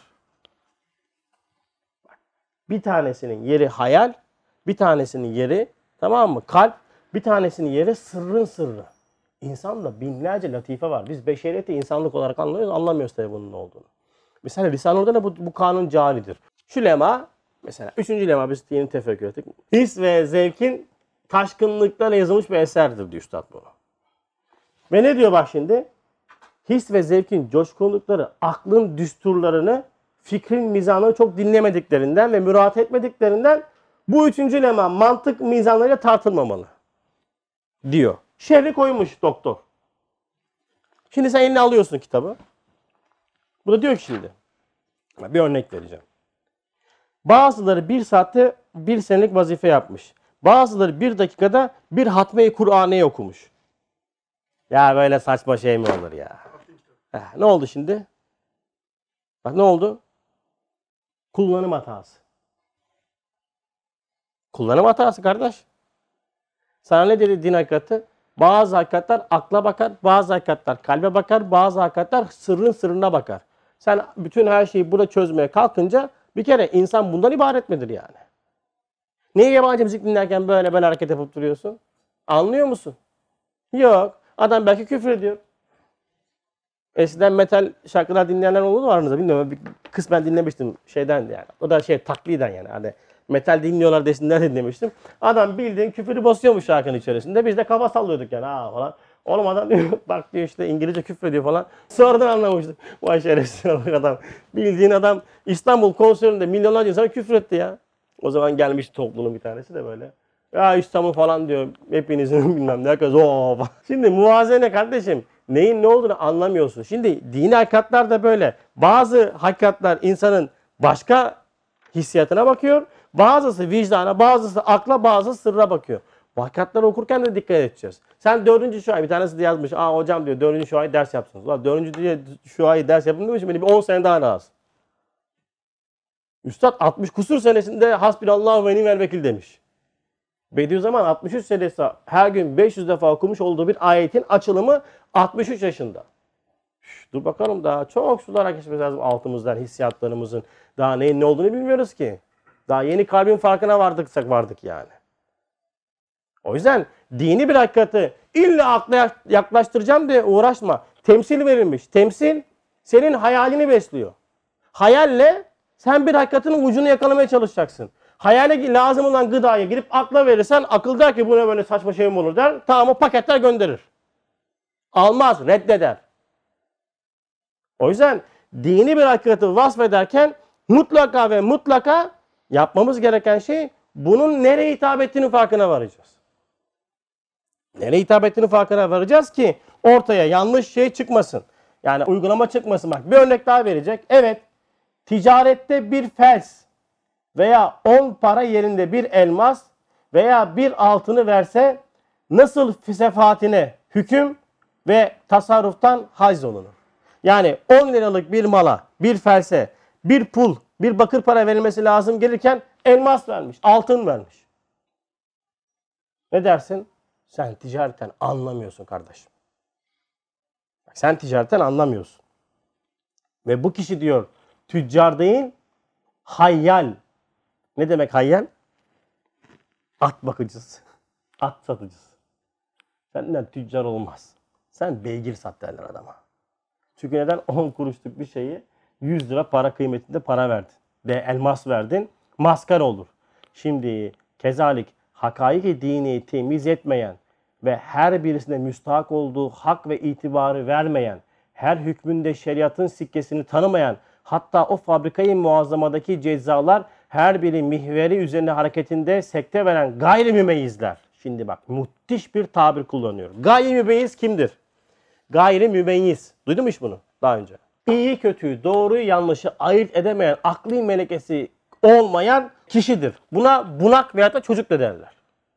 Bir tanesinin yeri hayal, bir tanesinin yeri tamam mı kalp, bir tanesinin yeri sırrın sırrı. İnsanda binlerce latife var. Biz beşeriyeti insanlık olarak anlıyoruz, anlamıyoruz tabii bunun ne olduğunu. Mesela Lisan-ı da bu kanun caridir. Şu lema, mesela 3. lema biz yeni tefekkür ettik. His ve zevkin taşkınlıklarla yazılmış bir eserdir diyor üstad bunu. Ve ne diyor bak şimdi? His ve zevkin coşkunlukları, aklın düsturlarını, fikrin mizanını çok dinlemediklerinden ve müraat etmediklerinden bu 3. lema mantık mizanlarıyla tartılmamalı diyor. Şerri koymuş doktor. Şimdi sen eline alıyorsun kitabı. Bu da diyor ki şimdi, bir örnek vereceğim. Bazıları 1 saatte 1 senelik vazife yapmış. Bazıları 1 dakikada bir hatme-i Kur'an'ı okumuş. Ya böyle saçma şey mi olur ya? Ne oldu şimdi? Bak ne oldu? Kullanım hatası. Kullanım hatası kardeş. Sana ne dedi din hakikati? Bazı hakikatler akla bakar, bazı hakikatler kalbe bakar, bazı hakikatler sırrın sırrına bakar. Sen bütün her şeyi burada çözmeye kalkınca bir kere insan bundan ibaret midir yani? Niye yabancı müzik dinlerken böyle hareket yapıp duruyorsun? Anlıyor musun? Yok. Adam belki küfür ediyor. Eskiden metal şarkılar dinleyenler oldu mu aranızda? Bilmiyorum. Bir kısmen dinlemiştim şeyden yani. O da takliden yani. Hani metal dinliyorlar desinler dinlemiştim. Adam bildiğin küfürü basıyormuş şarkının içerisinde. Biz de kafa sallıyorduk yani falan. Oğlum adam diyor bak diyor işte İngilizce küfrediyor falan. Sonradan anlamıştık. Vay şerefsiz adam. Bildiğin adam İstanbul konserinde milyonlarca insana küfretti ya. O zaman gelmiş topluluğun bir tanesi de böyle. Ya İstanbul falan diyor. Hepinizin bilmem ne. Herkes ooo falan. Şimdi muvazene kardeşim. Neyin ne olduğunu anlamıyorsun. Şimdi dini hakikatler de böyle. Bazı hakikatler insanın başka hissiyatına bakıyor. Bazısı vicdana, bazısı akla, bazısı sırra bakıyor. Bu hakikatleri okurken de dikkat edeceğiz. Sen 4. şuayı bir tanesi de yazmış. Hocam diyor 4. şuayı ders yapsınız. Ulan 4. şuayı ders yapın demiş. Beni bir 10 sene daha lazım. Üstad 60 kusur senesinde hasbinallahu ve ni'mel vekil demiş. Bediüzzaman 63 senesi her gün 500 defa okumuş olduğu bir ayetin açılımı 63 yaşında. Dur bakalım daha çok sular geçmesi lazım altımızdan hissiyatlarımızın. Daha neyin ne olduğunu bilmiyoruz ki. Daha yeni kalbin farkına vardık yani. O yüzden dini bir hakikati illa akla yaklaştıracağım diye uğraşma. Temsil verilmiş. Temsil senin hayalini besliyor. Hayalle sen bir hakikatin ucunu yakalamaya çalışacaksın. Hayale lazım olan gıdayı girip akla verirsen akıl der ki bu ne böyle saçma şey mi olur der. Tamam o paketler gönderir. Almaz, reddeder. O yüzden dini bir hakikati vasfederken mutlaka ve mutlaka yapmamız gereken şey bunun nereye hitap ettiğinin farkına varacağız. Nereye hitap ettiğinin farkına varacağız ki ortaya yanlış şey çıkmasın. Yani uygulama çıkmasın. Bak bir örnek daha verecek. Evet, ticarette bir fels veya 10 para yerinde bir elmas veya bir altını verse nasıl sefahatine hüküm ve tasarruftan haiz olunur. Yani 10 liralık bir mala, bir felse, bir pul, bir bakır para verilmesi lazım gelirken elmas vermiş, altın vermiş. Ne dersin? Sen ticaretten anlamıyorsun kardeşim. Sen ticaretten anlamıyorsun. Ve bu kişi diyor tüccar değil, hayyal. Ne demek hayyal? At bakıcısı. At satıcısı. Senden tüccar olmaz. Sen beygir sat derler adama. Çünkü neden? 10 kuruşluk bir şeyi 100 lira para kıymetinde para verdin. Ve elmas verdin. Maskara olur. Şimdi kezalik hakaik-i dini temiz etmeyen ve her birisine müstahak olduğu hak ve itibarı vermeyen, her hükmünde şeriatın sikkesini tanımayan Hatta o fabrikayı muazzamadaki cezalar her biri mihveri üzerine hareketinde sekte veren gayrimümeyyizler. Şimdi bak müthiş bir tabir kullanıyor. Gayrimümeyyiz kimdir? Gayrimümeyyiz. Duydun mu hiç bunu daha önce? İyi kötüyü, doğruyu yanlışı ayırt edemeyen, akli melekesi olmayan kişidir. Buna bunak veyahut da çocuk da derler.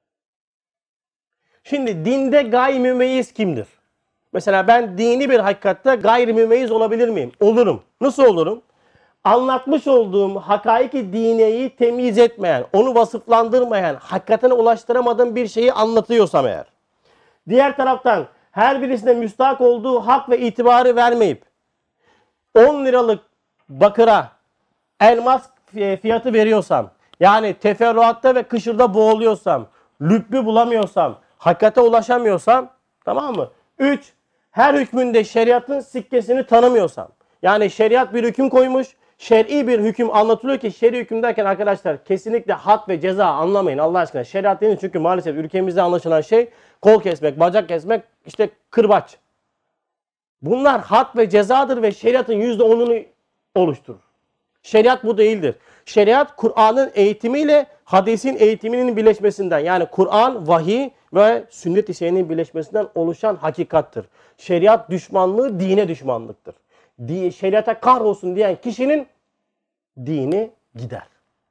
Şimdi dinde gayrimümeyyiz kimdir? Mesela ben dini bir hakikatte gayrimümeyyiz olabilir miyim? Olurum. Nasıl olurum? Anlatmış olduğum hakaiki dineyi temyiz etmeyen, onu vasıflandırmayan, hakikatine ulaştıramadığım bir şeyi anlatıyorsam eğer. Diğer taraftan her birisine müstahak olduğu hak ve itibarı vermeyip 10 liralık bakıra elmas fiyatı veriyorsam, yani teferruatta ve kışırda boğuluyorsam, lübbü bulamıyorsam, hakikate ulaşamıyorsam, tamam mı? 3. Her hükmünde şeriatın sikkesini tanımıyorsam, yani şeriat bir hüküm koymuş, şer'i bir hüküm anlatılıyor ki şer'i hüküm derken arkadaşlar kesinlikle hak ve ceza anlamayın Allah aşkına. Şeriat değil çünkü maalesef ülkemizde anlaşılan şey kol kesmek, bacak kesmek, işte kırbaç. Bunlar hak ve cezadır ve şeriatın %10'unu oluşturur. Şeriat bu değildir. Şeriat Kur'an'ın eğitimiyle hadisin eğitiminin birleşmesinden, yani Kur'an, vahiy ve sünnet-i seniyyenin birleşmesinden oluşan hakikattır. Şeriat düşmanlığı dine düşmanlıktır. Şeriata kahrolsun diyen kişinin dini gider.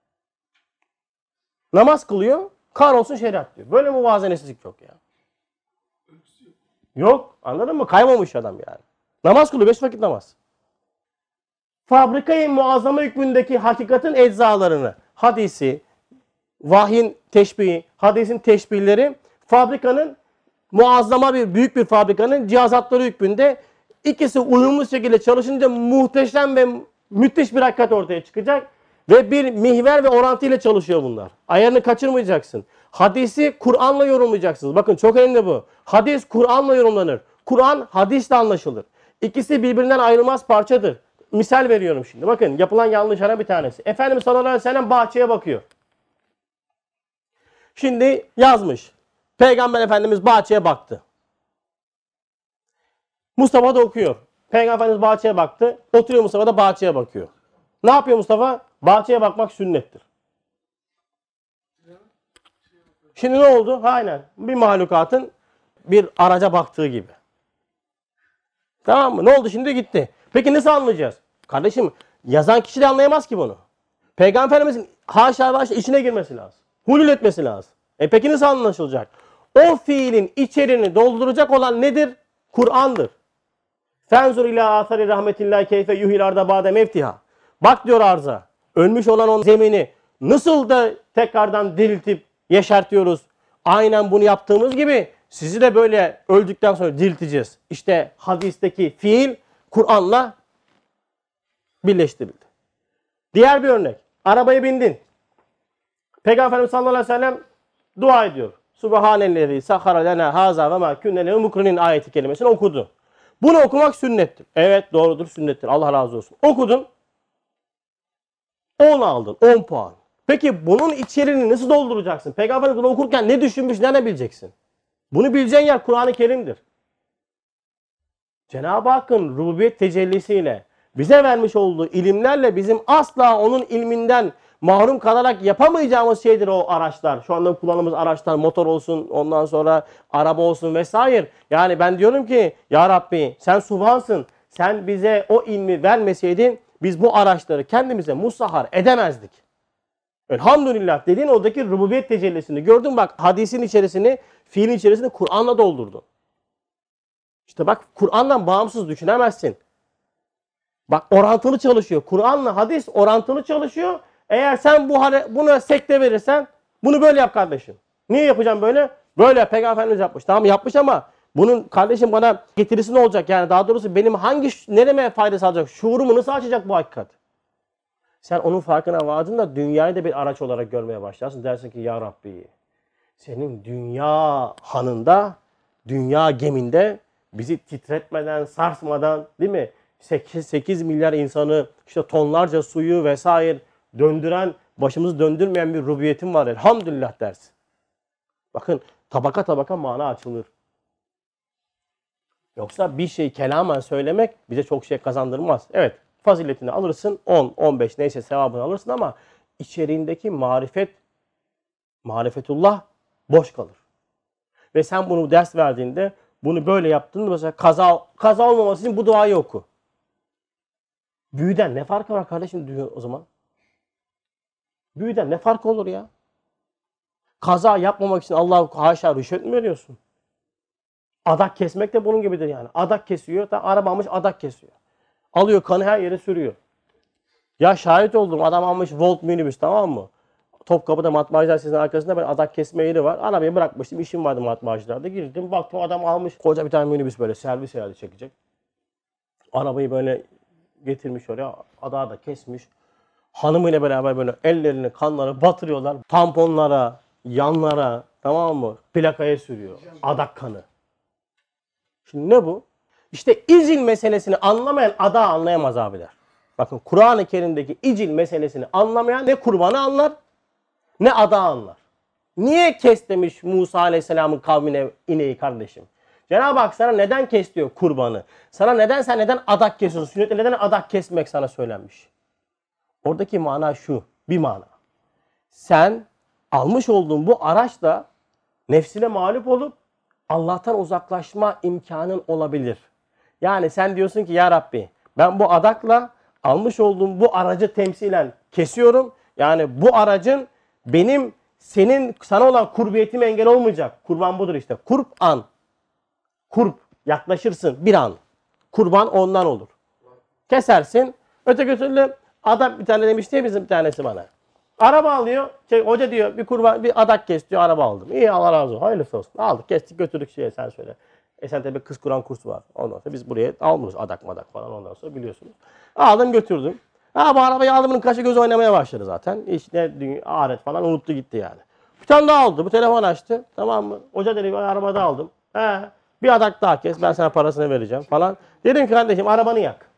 Namaz kılıyor, kahrolsun şeriat diyor. Böyle muvazenesizlik yok ya. Yok, anladın mı? Kaymamış adam yani. Namaz kılıyor, 5 vakit namaz. Fabrikayı muazzama hükmündeki hakikatin eczalarını, hadisi, vahyin teşbihi, hadisin teşbihleri, fabrikanın muazzama büyük bir fabrikanın cihazatları hükmünde ikisi uyumlu şekilde çalışınca muhteşem ve müthiş bir hakikat ortaya çıkacak. Ve bir mihver ve orantı ile çalışıyor bunlar. Ayarını kaçırmayacaksın. Hadisi Kur'an'la yorumlayacaksınız. Bakın çok önemli bu. Hadis Kur'an'la yorumlanır. Kur'an hadisle anlaşılır. İkisi birbirinden ayrılmaz parçadır. Misal veriyorum şimdi. Bakın yapılan yanlışlardan bir tanesi. Efendimiz sallallahu aleyhi ve sellem bahçeye bakıyor. Şimdi yazmış. Peygamber Efendimiz bahçeye baktı. Mustafa da okuyor. Peygamber Efendimiz bahçeye baktı. Oturuyor Mustafa da bahçeye bakıyor. Ne yapıyor Mustafa? Bahçeye bakmak sünnettir. Şimdi ne oldu? Aynen. Bir mahlukatın bir araca baktığı gibi. Tamam mı? Ne oldu şimdi? Gitti. Peki nasıl anlayacağız? Kardeşim yazan kişi de anlayamaz ki bunu. Peygamber Efendimiz'in haşa içine girmesi lazım. Hulul etmesi lazım. Peki nasıl anlaşılacak? O fiilin içeriğini dolduracak olan nedir? Kur'an'dır. Fenzur ila athari rahmetillahi keyfe yuhil arda ba'de mevtiha. Bak diyor arza. Ölmüş olan o zemini nasıl da tekrardan diriltip yeşertiyoruz. Aynen bunu yaptığımız gibi sizi de böyle öldükten sonra dirilteceğiz. İşte hadisteki fiil Kur'an'la birleştirildi. Diğer bir örnek. Arabaya bindin. Peygamber Efendimiz sallallahu aleyhi ve sellem dua ediyor. Subhanellezi sahara lena haza ve ma kunne lehu mukrinin ayeti kelimesini okudu. Bunu okumak sünnettir. Evet doğrudur, sünnettir. Allah razı olsun. Okudun. 10 aldın. 10 puan. Peki bunun içeriğini nasıl dolduracaksın? Peygamber bunu okurken ne düşünmüş, ne bileceksin? Bunu bileceğin yer Kur'an-ı Kerim'dir. Cenab-ı Hakk'ın rububiyet tecellisiyle bize vermiş olduğu ilimlerle bizim asla onun ilminden mahrum kalarak yapamayacağımız şeydir o araçlar. Şu anda kullandığımız araçlar motor olsun, ondan sonra araba olsun vesaire. Yani ben diyorum ki ya Rabbi sen subhansın. Sen bize o ilmi vermeseydin biz bu araçları kendimize musahhar edemezdik. Elhamdülillah dediğin oradaki rububiyet tecellisini gördün bak hadisin içerisini, fiilin içerisini Kur'an'la doldurdun. İşte bak Kur'an'dan bağımsız düşünemezsin. Bak orantılı çalışıyor. Kur'an'la hadis orantılı çalışıyor. Eğer sen buna sekte verirsen bunu böyle yap kardeşim. Niye yapacağım böyle? Böyle Peygamber Efendimiz yapmış. Tamam yapmış ama bunun kardeşim bana getirisi ne olacak? Yani daha doğrusu benim nereme fayda sağlayacak? Şuurumu nasıl açacak bu hakikat? Sen onun farkına vardığında dünyayı da bir araç olarak görmeye başlarsın. Dersin ki ya Rabbi senin dünya hanında, dünya geminde bizi titretmeden, sarsmadan değil mi? 8 milyar insanı, işte tonlarca suyu vesaire döndüren, başımızı döndürmeyen bir rububiyetin var. Elhamdülillah dersin. Bakın tabaka tabaka mana açılır. Yoksa bir şey kelamen söylemek bize çok şey kazandırmaz. Evet. faziletini alırsın. 10, 15 neyse sevabını alırsın ama içeriğindeki marifetullah boş kalır. Ve sen bunu ders verdiğinde bunu böyle yaptığında mesela kaza olmaması için bu duayı oku. Büyüden ne farkı var kardeşim diyor o zaman? Büyüden ne farkı olur ya? Kaza yapmamak için Allah haşa rüşvet mi veriyorsun? Adak kesmek de bunun gibidir yani. Adak kesiyor. Araba almış adak kesiyor. Alıyor kanı her yere sürüyor. Ya şahit oldum adam almış Volt minibüs tamam mı? Topkapı'da matbaacılar sitesinin arkasında ben adak kesme yeri var. Arabayı bırakmıştım. İşim vardı matbaacılarda. Girdim baktım adam almış koca bir tane minibüs böyle servis herhalde çekecek. Arabayı böyle getirmiş oraya. Adağı da kesmiş. Hanımıyla beraber böyle ellerini kanları batırıyorlar. Tamponlara, yanlara tamam mı? Plakaya sürüyor. Adak kanı. Şimdi ne bu? İşte icil meselesini anlamayan adağı anlayamaz abiler. Bakın Kur'an-ı Kerim'deki icil meselesini anlamayan ne kurbanı anlar ne adağı anlar. Niye kes demiş Musa Aleyhisselam'ın kavmine ineği kardeşim? Cenab-ı Hak sana neden kes diyor kurbanı? Sen neden adak kesiyorsun? Sünnette neden adak kesmek sana söylenmiş? Oradaki mana şu, bir mana. Sen almış olduğun bu araçla nefsine mağlup olup Allah'tan uzaklaşma imkanın olabilir. Yani sen diyorsun ki ya Rabbi ben bu adakla almış olduğum bu aracı temsilen kesiyorum. Yani bu aracın benim sana olan kurbiyetime engel olmayacak. Kurban budur işte. Kurban. Kurb. Yaklaşırsın bir an. Kurban ondan olur. Kesersin. Öteki türlü adam bir tane demiş diye bizim bir tanesi bana. Araba alıyor. Hoca diyor bir adak kes diyor. Araba aldım. İyi Allah razı olsun. Hayırlısı olsun. Aldık kestik götürdük sen söyle. Esentepe Kız Kur'an kursu var. Ondan sonra biz buraya almıyoruz adak falan ondan sonra biliyorsunuz. Aldım götürdüm. Bu arabayı aldım bunun kaşı gözü oynamaya başladı zaten. İşte alet falan unuttu gitti yani. Bir tane daha aldı. Bu telefon açtı. Tamam mı? Hoca dedi ben arabada aldım. Bir adak daha kes ben sana parasını vereceğim falan. Dedim ki kardeşim arabanı yak.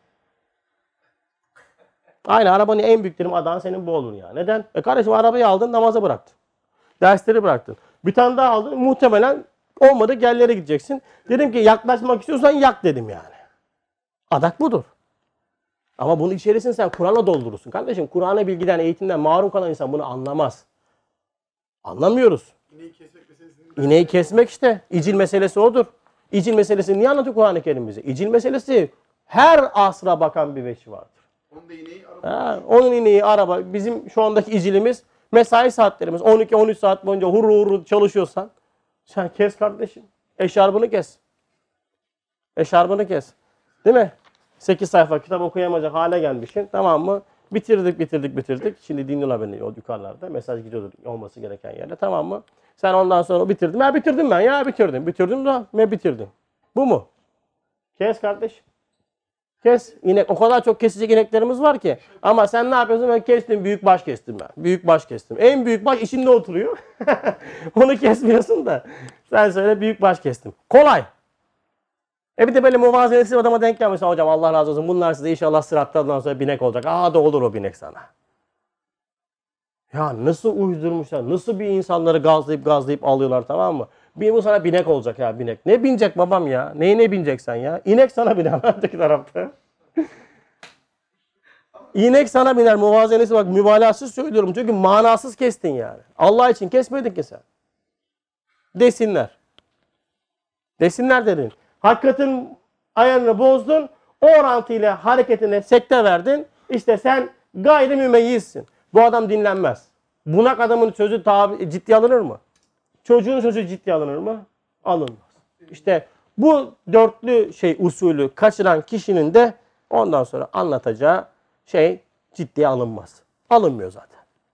Aynı arabanın en büyük dedim adağın senin bu olur ya. Neden? Kardeşim arabayı aldın namaza bıraktın. Dersleri bıraktın. Bir tane daha aldın muhtemelen olmadı yerlere gideceksin. Dedim ki yaklaşmak istiyorsan yak dedim yani. Adak budur. Ama bunun içerisini sen Kur'an'la doldurursun. Kardeşim Kur'an'a bilgiden, eğitimden mahrum kalan insan bunu anlamaz. Anlamıyoruz. İneği kesmek meselesini... İneği kesmek işte. İcil meselesi odur. İcil meselesini niye anlatıyor Kur'an-ı Kerim bize? İcil meselesi her asra bakan bir veçi vardır. Onun da ineği araba. Onun ineği araba. Bizim şu andaki icilimiz mesai saatlerimiz. 12-13 saat boyunca hurru çalışıyorsan sen kes kardeşim. Eşarbını kes. Eşarbını kes. Değil mi? 8 sayfa kitap okuyamayacak hale gelmişsin. Tamam mı? Bitirdik. Şimdi dinliyorlar beni o yukarılarda. Mesaj gidiyordur olması gereken yerde. Tamam mı? Sen ondan sonra bitirdim. Bitirdim ben. Bitirdim de bitirdim. Bu mu? Kes kardeş. Kes. İnek. O kadar çok kesecek ineklerimiz var ki. Ama sen ne yapıyorsun? Ben kestim. Büyükbaş kestim ben. Büyükbaş kestim. En büyükbaş içinde oturuyor. Onu kesmiyorsun da. Sen söyle büyükbaş kestim. Kolay. Bir de böyle muvazenesiz adama denk gelmişsin. Hocam Allah razı olsun. Bunlar size inşallah sırattan sonra binek olacak. Da olur o binek sana. Ya nasıl uydurmuşlar. Nasıl bir insanları gazlayıp alıyorlar tamam mı? Bu sana binek olacak ya binek. Ne binecek babam ya? Neyine bineceksen ya? İnek sana biner öteki tarafta. İnek sana biner. Muvazenesi bak mübalağasız söylüyorum. Çünkü manasız kestin yani. Allah için kesmedin ki sen. Desinler. Desinler dedin. Hakikatin ayarını bozdun. O orantıyla hareketine sekte verdin. İşte sen gayri mümeyyizsin. Bu adam dinlenmez. Bunak adamın sözü ciddiye alınır mı? Çocuğun sözü ciddiye alınır mı? Alınmaz. İşte bu dörtlü usulü kaçıran kişinin de ondan sonra anlatacağı ciddiye alınmaz. Alınmıyor zaten.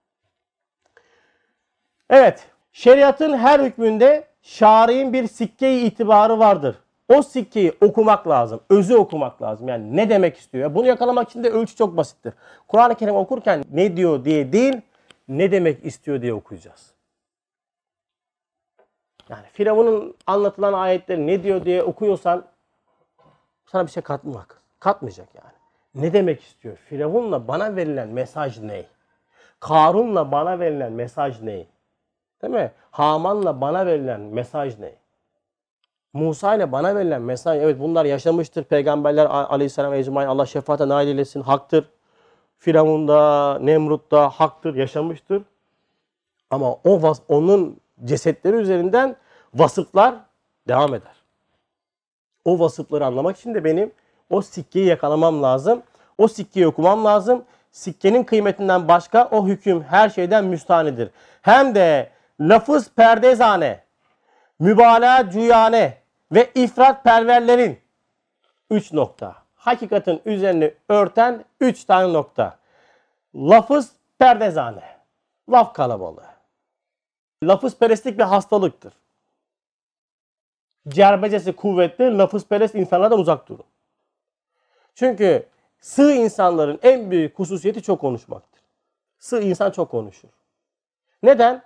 Evet. Şeriatın her hükmünde şari'in bir sikke-i itibarı vardır. O sikkeyi okumak lazım. Özü okumak lazım. Yani ne demek istiyor? Bunu yakalamak için de ölçü çok basittir. Kur'an-ı Kerim okurken ne diyor diye değil, ne demek istiyor diye okuyacağız. Yani Firavun'un anlatılan ayetleri ne diyor diye okuyorsan sana bir şey katmayacak yani. Ne demek istiyor? Firavun'la bana verilen mesaj ne? Karun'la bana verilen mesaj ne? Değil mi? Haman'la bana verilen mesaj ne? Musa ile bana verilen mesaj, evet bunlar yaşamıştır. Peygamberler aleyhisselam ecmaîn Allah şefaate nail eylesin, haktır. Firavun da, Nemrut da haktır, yaşamıştır. Ama onun cesetleri üzerinden vasıflar devam eder. O vasıfları anlamak için de benim o sikkeyi yakalamam lazım. O sikkeyi okumam lazım. Sikkenin kıymetinden başka o hüküm her şeyden müstahanidir. Hem de lafız perdezane, mübalağa cüyane ve ifrat perverlerin 3 nokta. Hakikatin üzerini örten 3 tane nokta. Lafız perdezane. Laf kalabalığı. Lafızperestlik bir hastalıktır. Cerbecesi kuvvetli, lafızperest insanlardan uzak durun. Çünkü sığ insanların en büyük hususiyeti çok konuşmaktır. Sığ insan çok konuşur. Neden?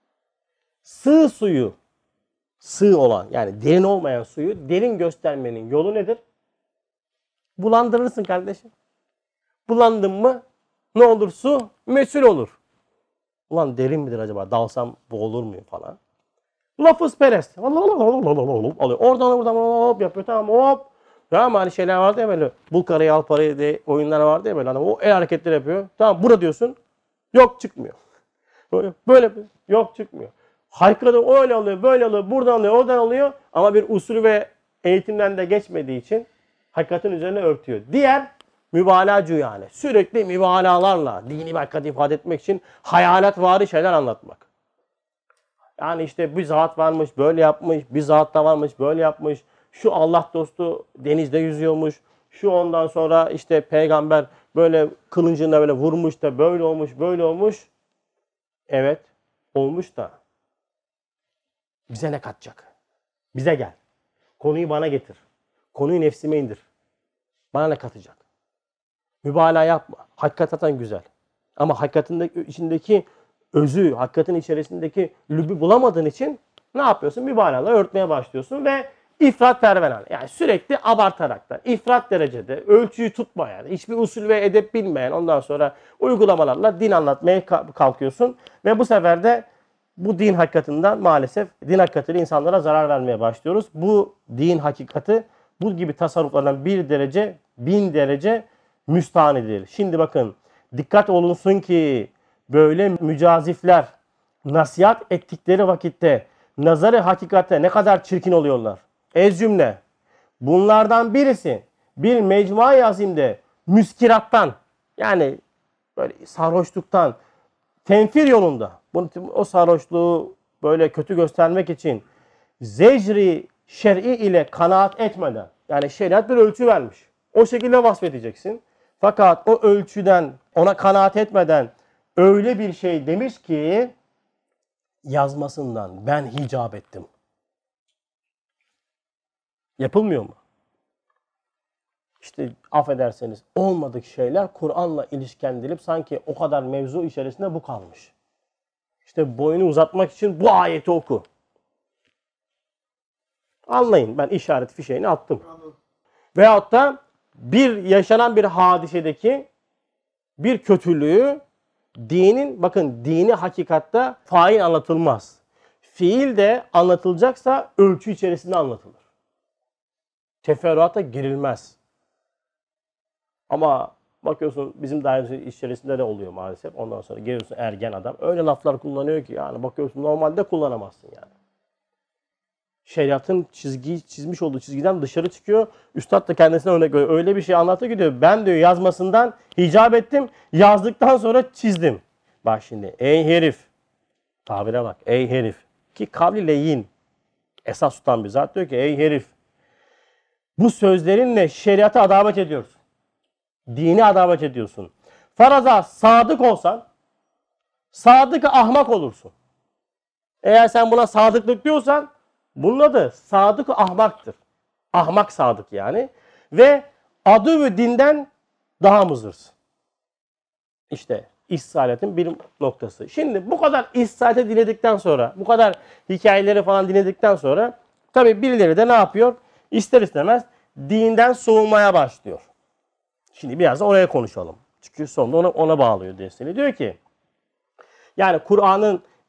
Sığ suyu, sığ olan yani derin olmayan suyu derin göstermenin yolu nedir? Bulandırırsın kardeşim. Bulandın mı ne olur su? Meçhul olur. Ulan derin midir acaba? Dalsam boğulur muyum falan. Lafızperest. Alıyor. Oradan buradan hop yapıyor. Tamam hop. Tamam hani şeyler vardı ya böyle. Bul karayı al parayı diye oyunlar vardı ya böyle. Hani o el hareketleri yapıyor. Tamam burada diyorsun. Yok çıkmıyor. Böyle yok çıkmıyor. Haykırdı öyle alıyor, böyle alıyor, buradan alıyor, oradan alıyor. Ama bir usul ve eğitimden de geçmediği için hakikatin üzerine örtüyor. Diğer mübalağacı yani. Sürekli mübalağalarla dini bir hakikat ifade etmek için hayaletvari şeyler anlatmak. Yani işte bir zat varmış, böyle yapmış, bir zat da varmış, böyle yapmış. Şu Allah dostu denizde yüzüyormuş. Şu ondan sonra işte peygamber böyle kılıncında böyle vurmuş da böyle olmuş, böyle olmuş. Evet, olmuş da. Bize ne katacak? Bize gel. Konuyu bana getir. Konuyu nefsime indir. Bana ne katacak? Mübalağa yapma. Hakikaten güzel. Ama hakikatin içindeki özü, hakikatin içerisindeki lübü bulamadığın için ne yapıyorsun? Mübalağalar örtmeye başlıyorsun ve ifrat perveren. Yani sürekli abartaraktan, ifrat derecede, ölçüyü tutmayan, hiçbir usul ve edep bilmeyen ondan sonra uygulamalarla din anlatmaya kalkıyorsun. Ve bu sefer de bu din hakikatinden maalesef din hakikatiyle insanlara zarar vermeye başlıyoruz. Bu din hakikati bu gibi tasarruflardan 1 derece, 1000 derece müstahanidir. Şimdi bakın dikkat olunsun ki böyle mücazifler nasihat ettikleri vakitte nazarı hakikate ne kadar çirkin oluyorlar. Ez cümle. Bunlardan birisi bir mecmua-i azimde müskirattan yani böyle sarhoşluktan tenfir yolunda o sarhoşluğu böyle kötü göstermek için zecri şer'i ile kanaat etmeden yani şeriat bir ölçü vermiş. O şekilde vasfedeceksin. Fakat o ölçüden ona kanaat etmeden öyle bir şey demiş ki yazmasından ben hicap ettim. Yapılmıyor mu? İşte affederseniz olmadık şeyler Kur'an'la ilişkilendirilip sanki o kadar mevzu içerisinde bu kalmış. İşte boyunu uzatmak için bu ayeti oku. Anlayın ben işaret fişeğini attım. Anladım. Veyahut da yaşanan bir hadisedeki bir kötülüğü bakın dini hakikatte fail anlatılmaz. Fiil de anlatılacaksa ölçü içerisinde anlatılır. Teferruata girilmez. Ama bakıyorsun bizim daire içerisinde de oluyor maalesef. Ondan sonra geliyorsun ergen adam. Öyle laflar kullanıyor ki yani bakıyorsun normalde kullanamazsın yani. Şeriatın çizmiş olduğu çizgiden dışarı çıkıyor. Üstad da kendisine örnek veriyor. Öyle bir şey anlattı ki diyor ben diyor yazmasından hicap ettim. Yazdıktan sonra çizdim. Bak şimdi ey herif. Tabire bak ey herif. Ki kavli leyin. Esas tutan bir zat diyor ki ey herif. Bu sözlerinle şeriata adavet ediyorsun. Dini adavet ediyorsun. Faraza sadık olsan sadık ahmak olursun. Eğer sen buna sadıklık diyorsan bunun adı sadık ahmaktır. Ahmak sadık yani. Ve adı ve dinden daha mızırsın. İşte İssaletin bir noktası. Şimdi bu kadar İssaleti dinledikten sonra, bu kadar hikayeleri falan dinledikten sonra tabii birileri de ne yapıyor? İster istemez dinden soğumaya başlıyor. Şimdi biraz da oraya konuşalım. Çünkü sonunda ona bağlıyor dersini. Diyor ki yani Kur'an'ın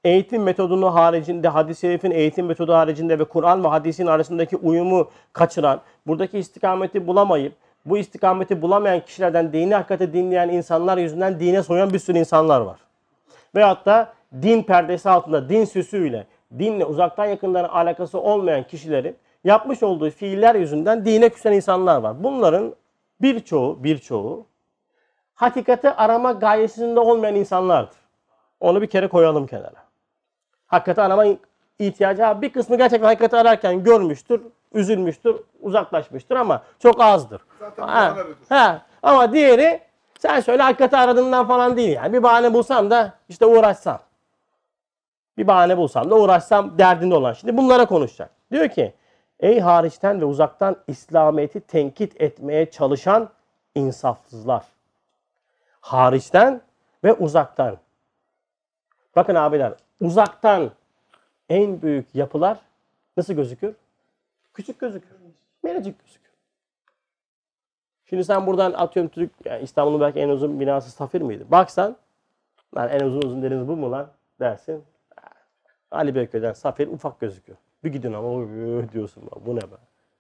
eğitim metodunu haricinde, hadis-i şerifin eğitim metodu haricinde ve Kur'an ve hadisin arasındaki uyumu kaçıran, buradaki istikameti bulamayıp, bu istikameti bulamayan kişilerden dini hakikati dinleyen insanlar yüzünden dine soyan bir sürü insanlar var. Veyahut da din perdesi altında, din süsüyle, dinle uzaktan yakından alakası olmayan kişilerin yapmış olduğu fiiller yüzünden dine küsen insanlar var. Bunların birçoğu hakikati arama gayesinde olmayan insanlardır. Onu bir kere koyalım kenara. Hakikati arama ihtiyacı bir kısmı gerçekten hakikati ararken görmüştür, üzülmüştür, uzaklaşmıştır ama çok azdır. Zaten ama diğeri sen şöyle hakikati aradığından falan değil yani. Bir bahane bulsam da işte uğraşsam. Bir bahane bulsam da uğraşsam derdinde olan. Şimdi bunlara konuşacak. Diyor ki ey hariçten ve uzaktan İslamiyet'i tenkit etmeye çalışan insafsızlar. Hariçten ve uzaktan. Bakın abiler, uzaktan en büyük yapılar nasıl gözükür? Küçük gözükür. Minicik gözükür. Şimdi sen buradan atıyorum yani İstanbul'un belki en uzun binası Safir miydi? Baksan, lan en uzun deniz bu mu lan dersin. Ali Beyköy'den Safir ufak gözüküyor. Bir gidin ama diyorsun bu ne be?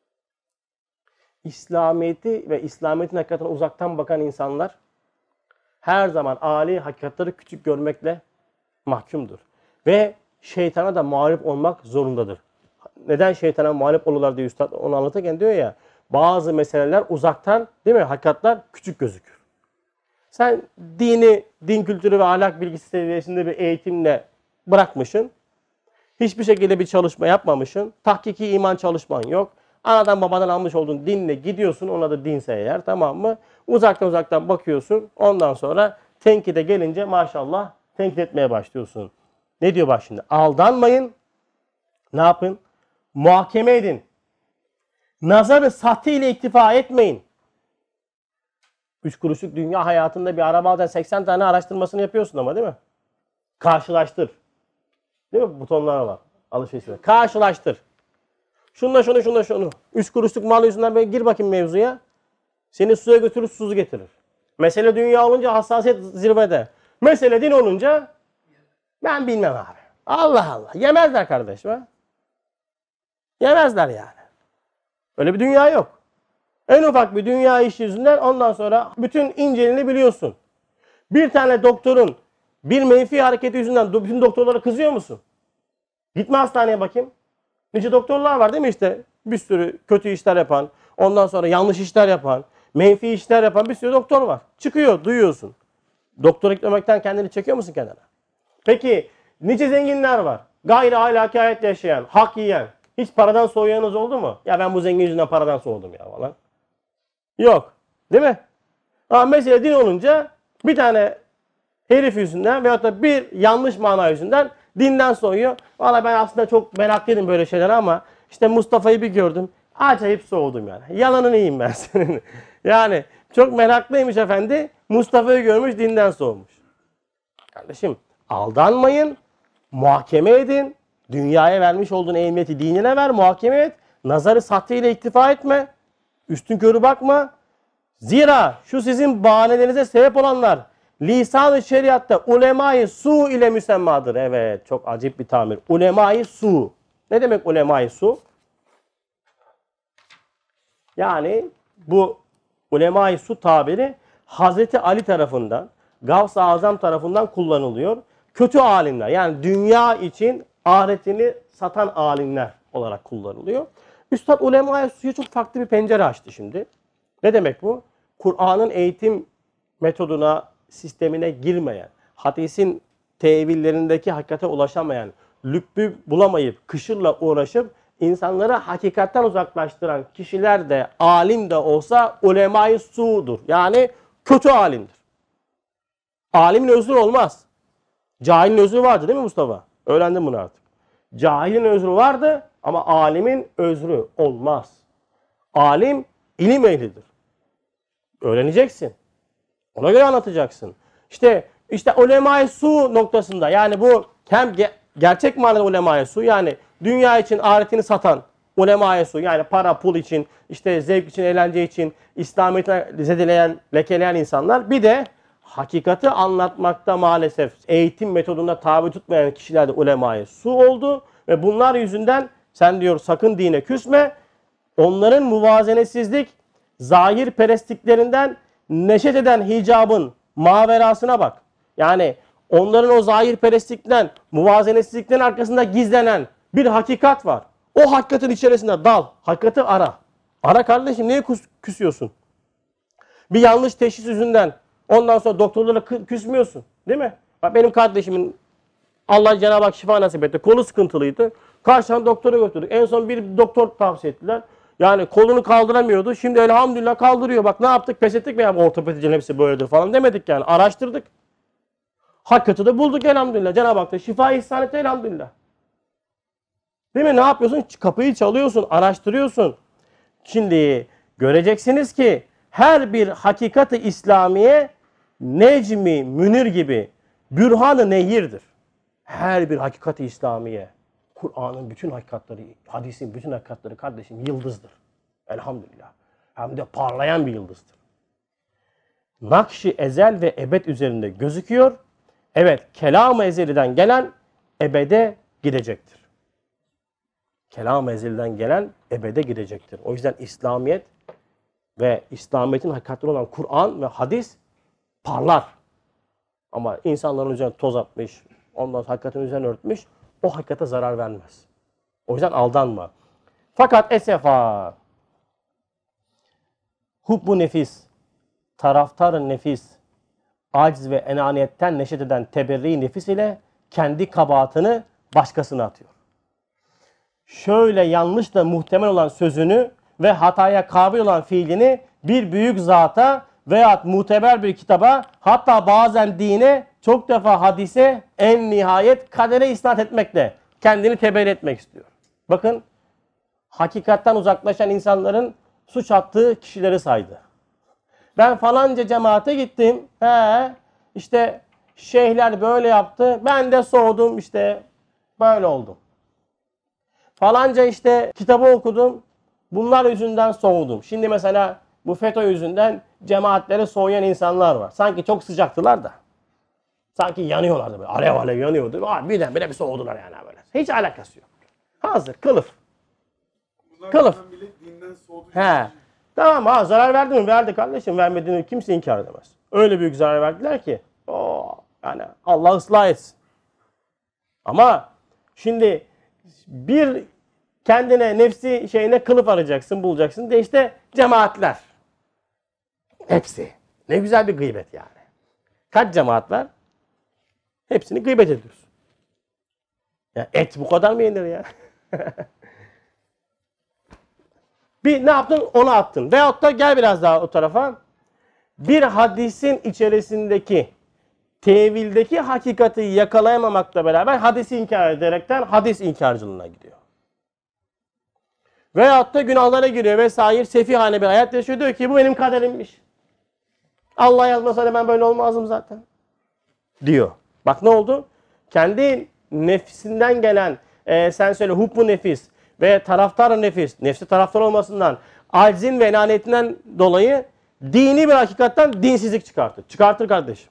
İslamiyet'i ve İslamiyet'in hakikatine uzaktan bakan insanlar her zaman âli hakikatleri küçük görmekle mahkumdur. Ve şeytana da muhalif olmak zorundadır. Neden şeytana muhalif olurlar diye Üstad onu anlatırken diyor ya, bazı meseleler uzaktan değil mi? Hakikatler küçük gözükür. Sen din kültürü ve ahlak bilgisi seviyesinde bir eğitimle bırakmışsın. Hiçbir şekilde bir çalışma yapmamışsın. Tahkiki iman çalışman yok. Anadan babadan almış olduğun dinle gidiyorsun. Ona da dinse eğer, tamam mı? Uzaktan bakıyorsun. Ondan sonra tenkide gelince maşallah tenkit etmeye başlıyorsun. Ne diyor bak şimdi? Aldanmayın. Ne yapın? Muhakeme edin. Nazarı sahte ile iktifa etmeyin. 3 kuruşluk dünya hayatında bir araba alacaksın, 80 tane araştırmasını yapıyorsun ama değil mi? Karşılaştır. Değil mi? Butonlar var. Alışverişte. Karşılaştır. Şunla şunu. 3 kuruşluk mal yüzünden böyle gir bakayım mevzuya. Seni suya götürür, susuz getirir. Mesele dünya olunca hassasiyet zirvede. Mesele din olunca ben bilmem abi. Allah Allah. Yemezler kardeş be. Yemezler yani. Öyle bir dünya yok. En ufak bir dünya işi yüzünden ondan sonra bütün inceliğini biliyorsun. Bir tane doktorun bir menfi hareketi yüzünden bütün doktorlara kızıyor musun? Gitme hastaneye bakayım. Nice doktorlar var değil mi işte? Bir sürü kötü işler yapan, ondan sonra yanlış işler yapan, menfi işler yapan bir sürü doktor var. Çıkıyor, duyuyorsun. Doktora gitmemekten kendini çekiyor musun kenara? Peki nice zenginler var. Gayri ahlaki hayatta yaşayan, hak yiyen. Hiç paradan soğuyanınız oldu mu? Ya ben bu zengin yüzünden paradan soğudum ya falan. Yok. Değil mi? Ama mesele din olunca bir tane herif yüzünden veyahut da bir yanlış mana yüzünden dinden soğuyor. Valla ben aslında çok meraklıydım böyle şeyler ama işte Mustafa'yı bir gördüm. Acayip soğudum yani. Yalanını yiyeyim ben senin. Yani çok meraklıymış efendi. Mustafa'yı görmüş, dinden soğumuş. Kardeşim aldanmayın. Muhakeme edin. Dünyaya vermiş olduğun ehemmiyeti dinine ver. Muhakeme et. Nazarı sahte iktifa etme. Üstünkörü bakma. Zira şu sizin bahanelerinize sebep olanlar lisan-ı şeriatta ulema-i su ile müsemmadır. Evet, çok acip bir tabir. Ulema-i su. Ne demek ulema-i su? Yani bu ulema-i su tabiri Hazreti Ali tarafından, Gavs-ı Azam tarafından kullanılıyor. Kötü alimler, yani dünya için ahiretini satan alimler olarak kullanılıyor. Üstad ulema-i suya çok farklı bir pencere açtı şimdi. Ne demek bu? Kur'an'ın eğitim metoduna, sistemine girmeyen, hadisin tevillerindeki hakikate ulaşamayan, lübbü bulamayıp, kışırla uğraşıp insanları hakikatten uzaklaştıran kişiler de, alim de olsa ulema-i su'dur. Yani kötü alimdir. Alimin özrü olmaz. Cahilin özrü vardı değil mi Mustafa? Öğrendim bunu artık. Cahilin özrü vardı ama alimin özrü olmaz. Alim ilim ehlidir. Öğreneceksin. Ona göre anlatacaksın. İşte ulema-i su noktasında, yani bu hem gerçek manada ulema-i su, yani dünya için ahiretini satan ulema-i su, yani para pul için, işte zevk için, eğlence için İslamiyet'i zedeleyen, lekeleyen insanlar, bir de hakikati anlatmakta maalesef eğitim metodunda tabi tutmayan kişiler de ulemaya su oldu. Ve bunlar yüzünden sen diyor sakın dine küsme. Onların muvazenesizlik, zahir perestliklerinden neşet eden hicabın maverasına bak. Yani onların o zahir perestlikten, muvazenesizliklerin arkasında gizlenen bir hakikat var. O hakikatin içerisinde dal, hakikati ara. Ara kardeşim, niye küsüyorsun? Bir yanlış teşhis yüzünden ondan sonra doktorlara küsmüyorsun. Değil mi? Bak benim kardeşimin Allah Cenab-ı Hak şifa nasip etti. Kolu sıkıntılıydı. Kaç tane doktora götürdük. En son bir doktor tavsiye ettiler. Yani kolunu kaldıramıyordu. Şimdi elhamdülillah kaldırıyor. Bak ne yaptık? Pes ettik mi ya? Ortopedicinin hepsi böyledir falan demedik yani. Araştırdık. Hakikati de bulduk elhamdülillah. Cenab-ı Hak da şifa ihsan etti elhamdülillah. Değil mi? Ne yapıyorsun? Kapıyı çalıyorsun, araştırıyorsun. Şimdi göreceksiniz ki her bir hakikat-ı İslamiye Necmi Münir gibi bürhan-ı nehirdir. Her bir hakikat-ı İslamiye. Kur'an'ın bütün hakikatleri, hadisin bütün hakikatleri kardeşim yıldızdır. Elhamdülillah. Hem de parlayan bir yıldızdır. Nakş-ı ezel ve ebed üzerinde gözüküyor. Evet, kelam-ı ezeliden gelen ebede gidecektir. Kelam-ı ezeliden gelen ebede gidecektir. O yüzden İslamiyet ve İslamiyet'in hakikatleri olan Kur'an ve hadis parlar. Ama insanların üzerine toz atmış, ondan sonra hakikatin üzerine örtmüş, o hakikate zarar vermez. O yüzden aldanma. Fakat esefa, hubbu nefis, taraftar-ı nefis, aciz ve enaniyetten neşet eden teberri nefis ile kendi kabahatını başkasına atıyor. Şöyle yanlış da muhtemel olan sözünü ve hataya kabil olan fiilini bir büyük zata veyahut muteber bir kitaba, hatta bazen dine, çok defa hadise, en nihayet kadere isnat etmekle kendini teberri etmek istiyor. Bakın, hakikatten uzaklaşan insanların suç attığı kişileri saydı. Ben falanca cemaate gittim, işte şeyhler böyle yaptı, ben de soğudum, işte böyle oldum. Falanca işte kitabı okudum, bunlar yüzünden soğudum. Şimdi mesela bu FETÖ yüzünden cemaatlere soğuyan insanlar var. Sanki çok sıcaktılar da. Sanki yanıyorlardı böyle. Alev alev yanıyordu. Birdenbire bir soğudular yani böyle. Hiç alakası yok. Hazır, kılıf. Bunlar Kılıf. bile dinden soğudu. Tamam zarar verdi mi? Verdi kardeşim. Vermediğini kimse inkar edemez. Öyle büyük zarar verdiler ki. Yani Allah ıslah etsin. Ama şimdi bir kendine nefsi şeyine kılıf arayacaksın, bulacaksın de işte cemaatler. Hepsi. Ne güzel bir gıybet yani. Kaç cemaat var? Hepsini gıybet ediyoruz. Ya et bu kadar mı yenir ya? Bir ne yaptın? Onu attın. Veyahut da gel biraz daha o tarafa. Bir hadisin içerisindeki tevildeki hakikati yakalayamamakla beraber hadisi inkar ederekten hadis inkarcılığına gidiyor. Veyahut da günahlara giriyor vesaire, sefihane bir hayat yaşıyor. Diyor ki bu benim kaderimmiş. Allah yazmasaydı ben böyle olmazdım zaten. Diyor. Bak ne oldu? Kendi nefsinden gelen sen söyle hubbu nefis ve taraftar nefis, nefsi taraftar olmasından, aczin ve enaniyetinden dolayı dini bir hakikatten dinsizlik çıkartır. Çıkartır kardeşim.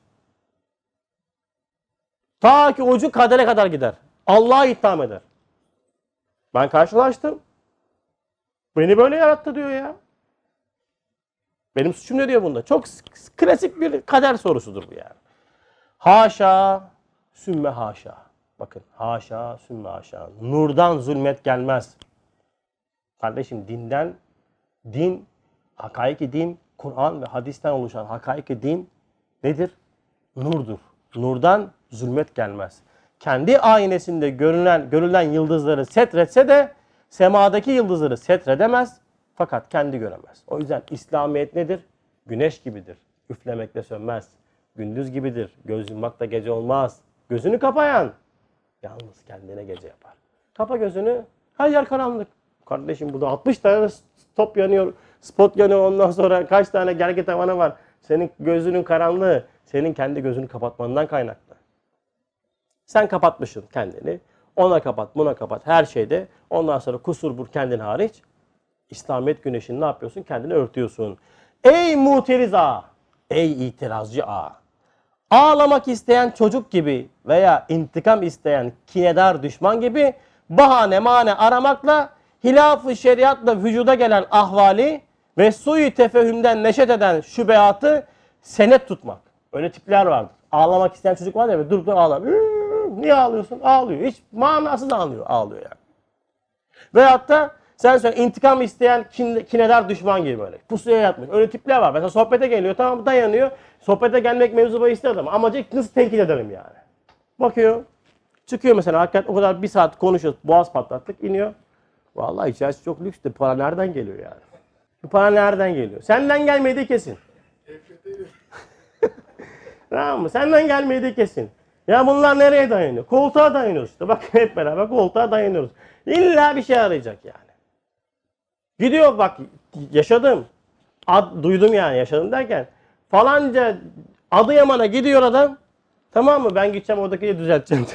Ta ki ucu kadere kadar gider. Allah'a itham eder. Ben karşılaştım. Beni böyle yarattı diyor ya. Benim suçum ne diyor bunda? Çok klasik bir kader sorusudur bu yani. Haşa, sümme haşa. Bakın haşa, sümme haşa. Nurdan zulmet gelmez. Kardeşim din, hakaiki din, Kur'an ve hadisten oluşan hakaiki din nedir? Nurdur. Nurdan zulmet gelmez. Kendi aynesinde görülen yıldızları setretse de semadaki yıldızları setredemez. Fakat kendi göremez. O yüzden İslamiyet nedir? Güneş gibidir. Üflemekle sönmez. Gündüz gibidir. Göz yummakta gece olmaz. Gözünü kapayan yalnız kendine gece yapar. Kapa gözünü. Her yer karanlık. Kardeşim burada 60 tane spot yanıyor. Ondan sonra kaç tane gerge tavanı var. Senin gözünün karanlığı senin kendi gözünü kapatmandan kaynaklı. Sen kapatmışsın kendini. Ona kapat, buna kapat. Her şeyde. Ondan sonra kusur bur kendin hariç. İslamiyet güneşini ne yapıyorsun? Kendini örtüyorsun. Ey muteriz ağa! Ey itirazcı ağa! Ağlamak isteyen çocuk gibi veya intikam isteyen kinedar düşman gibi bahane mane aramakla hilaf-ı şeriatla vücuda gelen ahvali ve suyu tefehümden neşet eden şübehatı senet tutmak. Öyle tipler vardır. Ağlamak isteyen çocuk var ya ve durup da ağlar. Niye ağlıyorsun? Ağlıyor. Hiç manasız ağlıyor yani. Veyahut da sen söyle intikam isteyen kinedar düşman gibi böyle. Pusuya yatmış. Öyle tipler var. Mesela sohbete geliyor. Tamam dayanıyor. Sohbete gelmek mevzu bahis ister adam. Amacı nasıl tenkit ederim yani. Bakıyor. Çıkıyor mesela. Hakikaten o kadar bir saat konuşuyoruz. Boğaz patlattık. İniyor. Vallahi içerisi çok lükstü. Para nereden geliyor yani? Bu para nereden geliyor? Senden gelmedi kesin. Tamam mı? Senden gelmedi kesin. Ya bunlar nereye dayanıyor? Koltuğa dayanıyoruz işte. Bak hep beraber koltuğa dayanıyoruz. İlla bir şey arayacak yani. Gidiyor bak yaşadım. Duydum yani yaşadım derken. Falanca Adıyaman'a gidiyor adam. Tamam mı? Ben gideceğim oradaki düzelteceğim.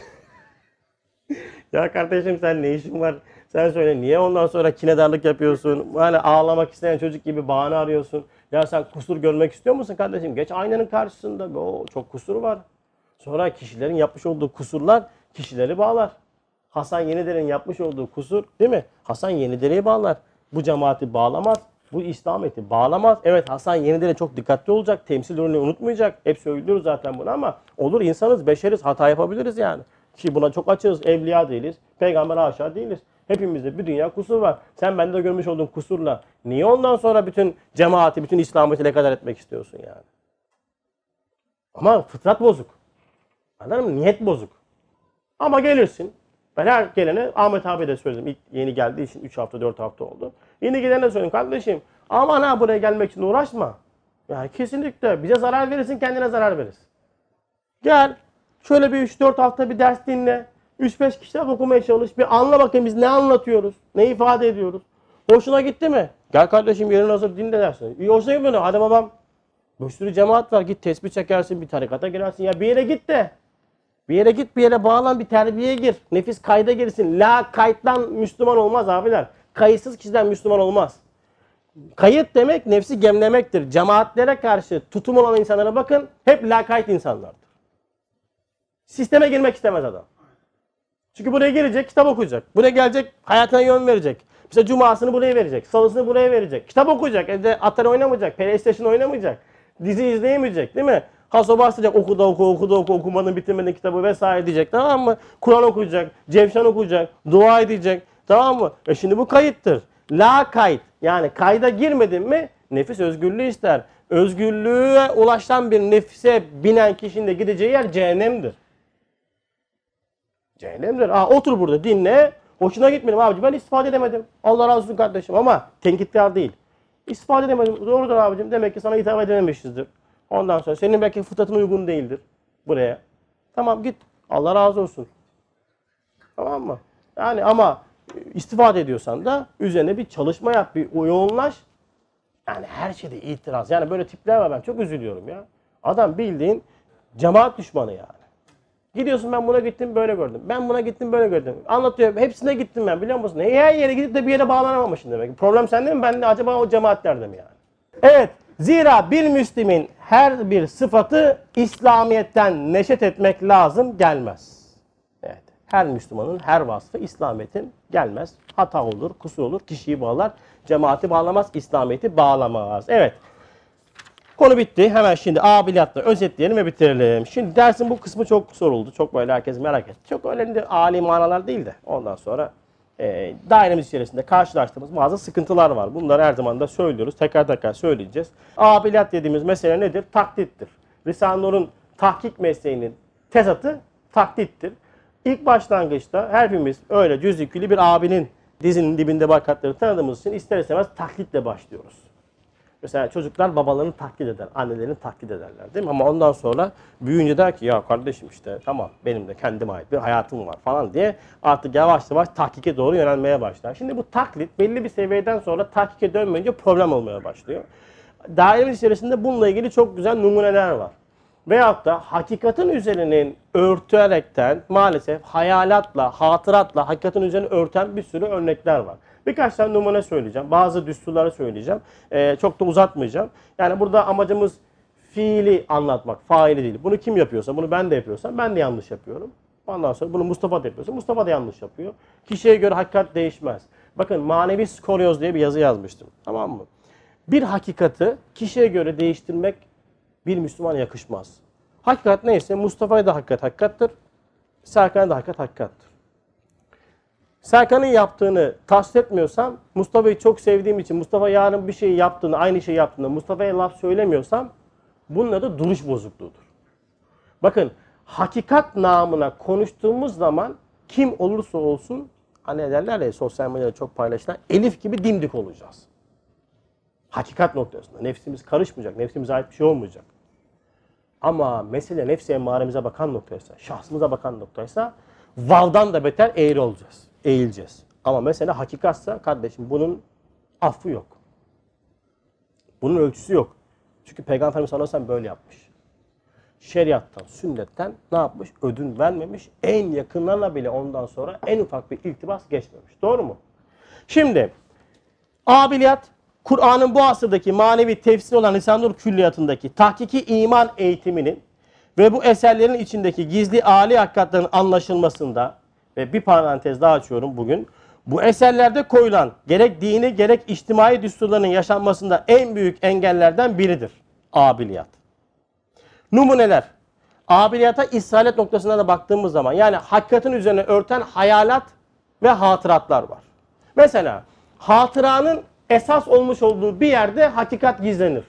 Ya kardeşim sen ne işin var? Sen söyle niye ondan sonra kinedarlık yapıyorsun? Hani ağlamak isteyen çocuk gibi bahane arıyorsun. Ya sen kusur görmek istiyor musun kardeşim? Geç aynanın karşısında. O çok kusur var. Sonra kişilerin yapmış olduğu kusurlar kişileri bağlar. Hasan Yenidere'nin yapmış olduğu kusur değil mi? Hasan Yenidere'yi bağlar. Bu cemaati bağlamaz. Bu İslamiyet'i bağlamaz. Evet Hasan Yenidere çok dikkatli olacak. Temsil rolünü unutmayacak. Hep söylüyoruz zaten bunu ama olur insanız, beşeriz, hata yapabiliriz yani. Ki buna çok açığız. Evliya değiliz. Peygamber haşa değiliz. Hepimizde bir dünya kusur var. Sen bende de görmüş olduğun kusurla niye ondan sonra bütün cemaati, bütün İslamiyet'i ne kadar etmek istiyorsun yani? Ama fıtrat bozuk. Anladın mı? Niyet bozuk. Ama gelirsin. Ben her gelene Ahmet abi de söyledim. İlk yeni geldiği için 3 hafta 4 hafta oldu. Yeni gelene söyleyeyim kardeşim. Aman ha buraya gelmek için uğraşma. Yani kesinlikle bize zarar verirsin kendine zarar verirsin. Gel şöyle bir 3-4 hafta bir ders dinle. 3-5 kitap okumaya çalış. Bir anla bakayım biz ne anlatıyoruz. Ne ifade ediyoruz. Hoşuna gitti mi? Gel kardeşim yerin hazır dinle dersin. Hoşuna gitmiyor mu? Hadi babam. Bir sürü cemaat var. Git tesbih çekersin. Bir tarikata girersin. Ya bir yere git de. Bir yere git, bir yere bağlan, bir terbiyeye gir. Nefis kayda girsin. La kayıttan Müslüman olmaz abiler. Kayıtsız kişiden Müslüman olmaz. Kayıt demek nefsi gemlemektir. Cemaatlere karşı tutum olan insanlara bakın. Hep la kayıt insanlardır. Sisteme girmek istemez adam. Çünkü buraya gelecek, kitap okuyacak. Buraya gelecek, hayatına yön verecek. Mesela cumasını buraya verecek, salısını buraya verecek. Kitap okuyacak, evde Atari oynamayacak, PlayStation oynamayacak. Dizi izleyemeyecek değil mi? Haso bastıracak, okumadın bitirmedin kitabı vesaire diyecek tamam mı? Kur'an okuyacak, Cevşan okuyacak, dua edecek tamam mı? Şimdi bu kayıttır. La kayıt yani kayda girmedin mi nefis özgürlüğü ister. Özgürlüğe ulaşan bir nefise binen kişinin de gideceği yer cehennemdir. Cehennemdir. Otur burada dinle. Hoşuna gitmedim abici ben istifade edemedim. Allah razı olsun kardeşim ama tenkitkar değil. İstifade edemedim. Doğrudur abicim. Demek ki sana hitap edememişizdir. Ondan sonra senin belki fıtratın uygun değildir buraya. Tamam git. Allah razı olsun. Tamam mı? Yani ama istifade ediyorsan da üzerine bir çalışma yap. Bir yoğunlaş. Yani her şeyde itiraz. Yani böyle tipler var ben çok üzülüyorum ya. Adam bildiğin cemaat düşmanı yani. Gidiyorsun ben buna gittim böyle gördüm. Ben buna gittim böyle gördüm. Anlatıyor. Hepsine gittim ben biliyor musun? Her yere gidip de bir yere bağlanamamışsın demek. Problem sende mi? Ben de acaba o cemaatlerde mi yani? Evet. Zira bir Müslim'in her bir sıfatı İslamiyet'ten neşet etmek lazım gelmez. Evet. Her Müslümanın her vasfı İslamiyet'in gelmez. Hata olur, kusur olur, kişiyi bağlar. Cemaati bağlamaz, İslamiyet'i bağlamaz. Evet. Konu bitti. Hemen şimdi abiliyatla özetleyelim ve bitirelim. Şimdi dersin bu kısmı çok soruldu. Çok böyle herkes merak etti. Çok öyle de âli manalar değil de ondan sonra dairemiz içerisinde karşılaştığımız bazı sıkıntılar var. Bunları her zaman da söylüyoruz. Tekrar tekrar söyleyeceğiz. Abiliyat dediğimiz mesele nedir? Taklittir. Risale-i Nur'un tahkik mesleğinin tezatı taklittir. İlk başlangıçta hepimiz öyle cüz-i külli bir abinin dizinin dibinde bakatları tanıdığımız için ister istemez taklitle başlıyoruz. Mesela çocuklar babalarını taklit eder, annelerini taklit ederler değil mi? Ama ondan sonra büyüyünce der ki ya kardeşim işte tamam benim de kendime ait bir hayatım var falan diye artık yavaş yavaş tahkike doğru yönelmeye başlar. Şimdi bu taklit belli bir seviyeden sonra tahkike dönmeyince problem olmaya başlıyor. Dairemiz içerisinde bununla ilgili çok güzel numuneler var. Veyahut da hakikatin üzerinin örtülerekten maalesef hayalatla, hatıratla hakikatin üzerine örten bir sürü örnekler var. Birkaç tane numune söyleyeceğim. Bazı düsturları söyleyeceğim. Çok da uzatmayacağım. Yani burada amacımız fiili anlatmak, faili değil. Bunu kim yapıyorsa, bunu ben de yapıyorsam ben de yanlış yapıyorum. Ondan sonra bunu Mustafa da yapıyorsa Mustafa da yanlış yapıyor. Kişiye göre hakikat değişmez. Bakın manevi skolyoz diye bir yazı yazmıştım. Tamam mı? Bir hakikati kişiye göre değiştirmek bir Müslümana yakışmaz. Hakikat neyse Mustafa'ya da hakikat hakikattir. Serkan'a da hakikat hakikattir. Serkan'ın yaptığını tasvip etmiyorsam, Mustafa'yı çok sevdiğim için Mustafa yarın bir şey yaptığını, aynı şeyi yaptığında Mustafa'ya laf söylemiyorsam bunun adı duruş bozukluğudur. Bakın hakikat namına konuştuğumuz zaman kim olursa olsun hani derler ya sosyal medyada çok paylaşılan Elif gibi dimdik olacağız. Hakikat noktasında. Nefsimiz karışmayacak. Nefsimize ait bir şey olmayacak. Ama mesele nefsi emmaremize bakan noktaysa, şahsımıza bakan noktaysa valdan da beter eğri olacağız. Eğileceğiz. Ama mesele hakikatsa kardeşim bunun affı yok. Bunun ölçüsü yok. Çünkü Peygamberimiz sallallahu aleyhi ve sellem böyle yapmış. Şeriattan, sünnetten ne yapmış? Ödün vermemiş. En yakınlarına bile ondan sonra en ufak bir iltibas geçmemiş. Doğru mu? Şimdi abiliyat Kur'an'ın bu asırdaki manevi tefsiri olan Risale-i Nur külliyatındaki tahkiki iman eğitiminin ve bu eserlerin içindeki gizli âli hakikatlerin anlaşılmasında ve bir parantez daha açıyorum bugün. Bu eserlerde koyulan gerek dini gerek içtimai düsturların yaşanmasında en büyük engellerden biridir abiliyat. Numuneler. Abiliyata ishalet noktasına da baktığımız zaman yani hakikatin üzerine örten hayalat ve hatıratlar var. Mesela hatıranın esas olmuş olduğu bir yerde hakikat gizlenir.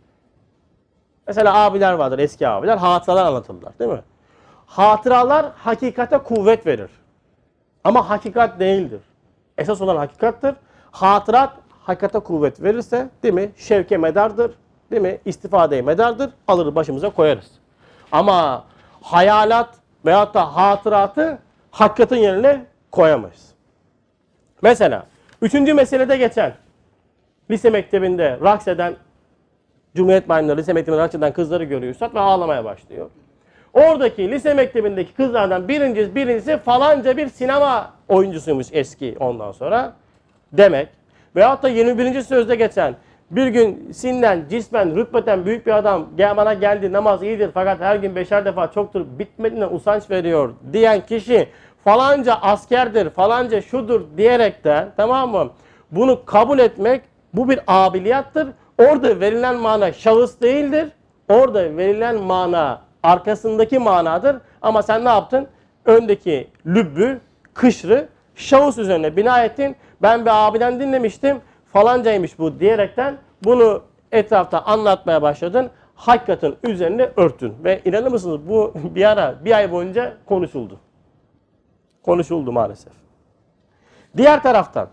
Mesela abiler vardır, eski abiler hatıralar anlatırlar değil mi? Hatıralar hakikate kuvvet verir. Ama hakikat değildir. Esas olan hakikattır. Hatırat hakikate kuvvet verirse değil mi? Şevke medardır. Değil mi? İstifadeye medardır. Alır başımıza koyarız. Ama hayalat veyahut da hatıratı hakikatin yerine koyamayız. Mesela 3. meselede geçen lise mektebinde raks eden Cumhuriyet Bayramı'nda lise mektebinde raks eden kızları görüyor Üstad ve ağlamaya başlıyor. Oradaki lise mektebindeki kızlardan birincisi falanca bir sinema oyuncusuymuş eski ondan sonra demek. Veyahut da 21. sözde geçen bir gün sinnen, cismen, rütbeten büyük bir adam bana geldi namaz iyidir fakat her gün 5'er defa çoktur bitmediğinden usanç veriyor diyen kişi falanca askerdir, falanca şudur diyerekten tamam mı? Bunu kabul etmek bu bir abiliyattır. Orada verilen mana şahıs değildir. Orada verilen mana arkasındaki manadır. Ama sen ne yaptın? Öndeki lübbü, kışrı şahıs üzerine bina ettin. Ben bir abiden dinlemiştim. Falancaymış bu diyerekten bunu etrafta anlatmaya başladın. Hakikatin üzerine örtün. Ve inanır mısınız bu bir ay boyunca konuşuldu. Konuşuldu maalesef. Diğer taraftan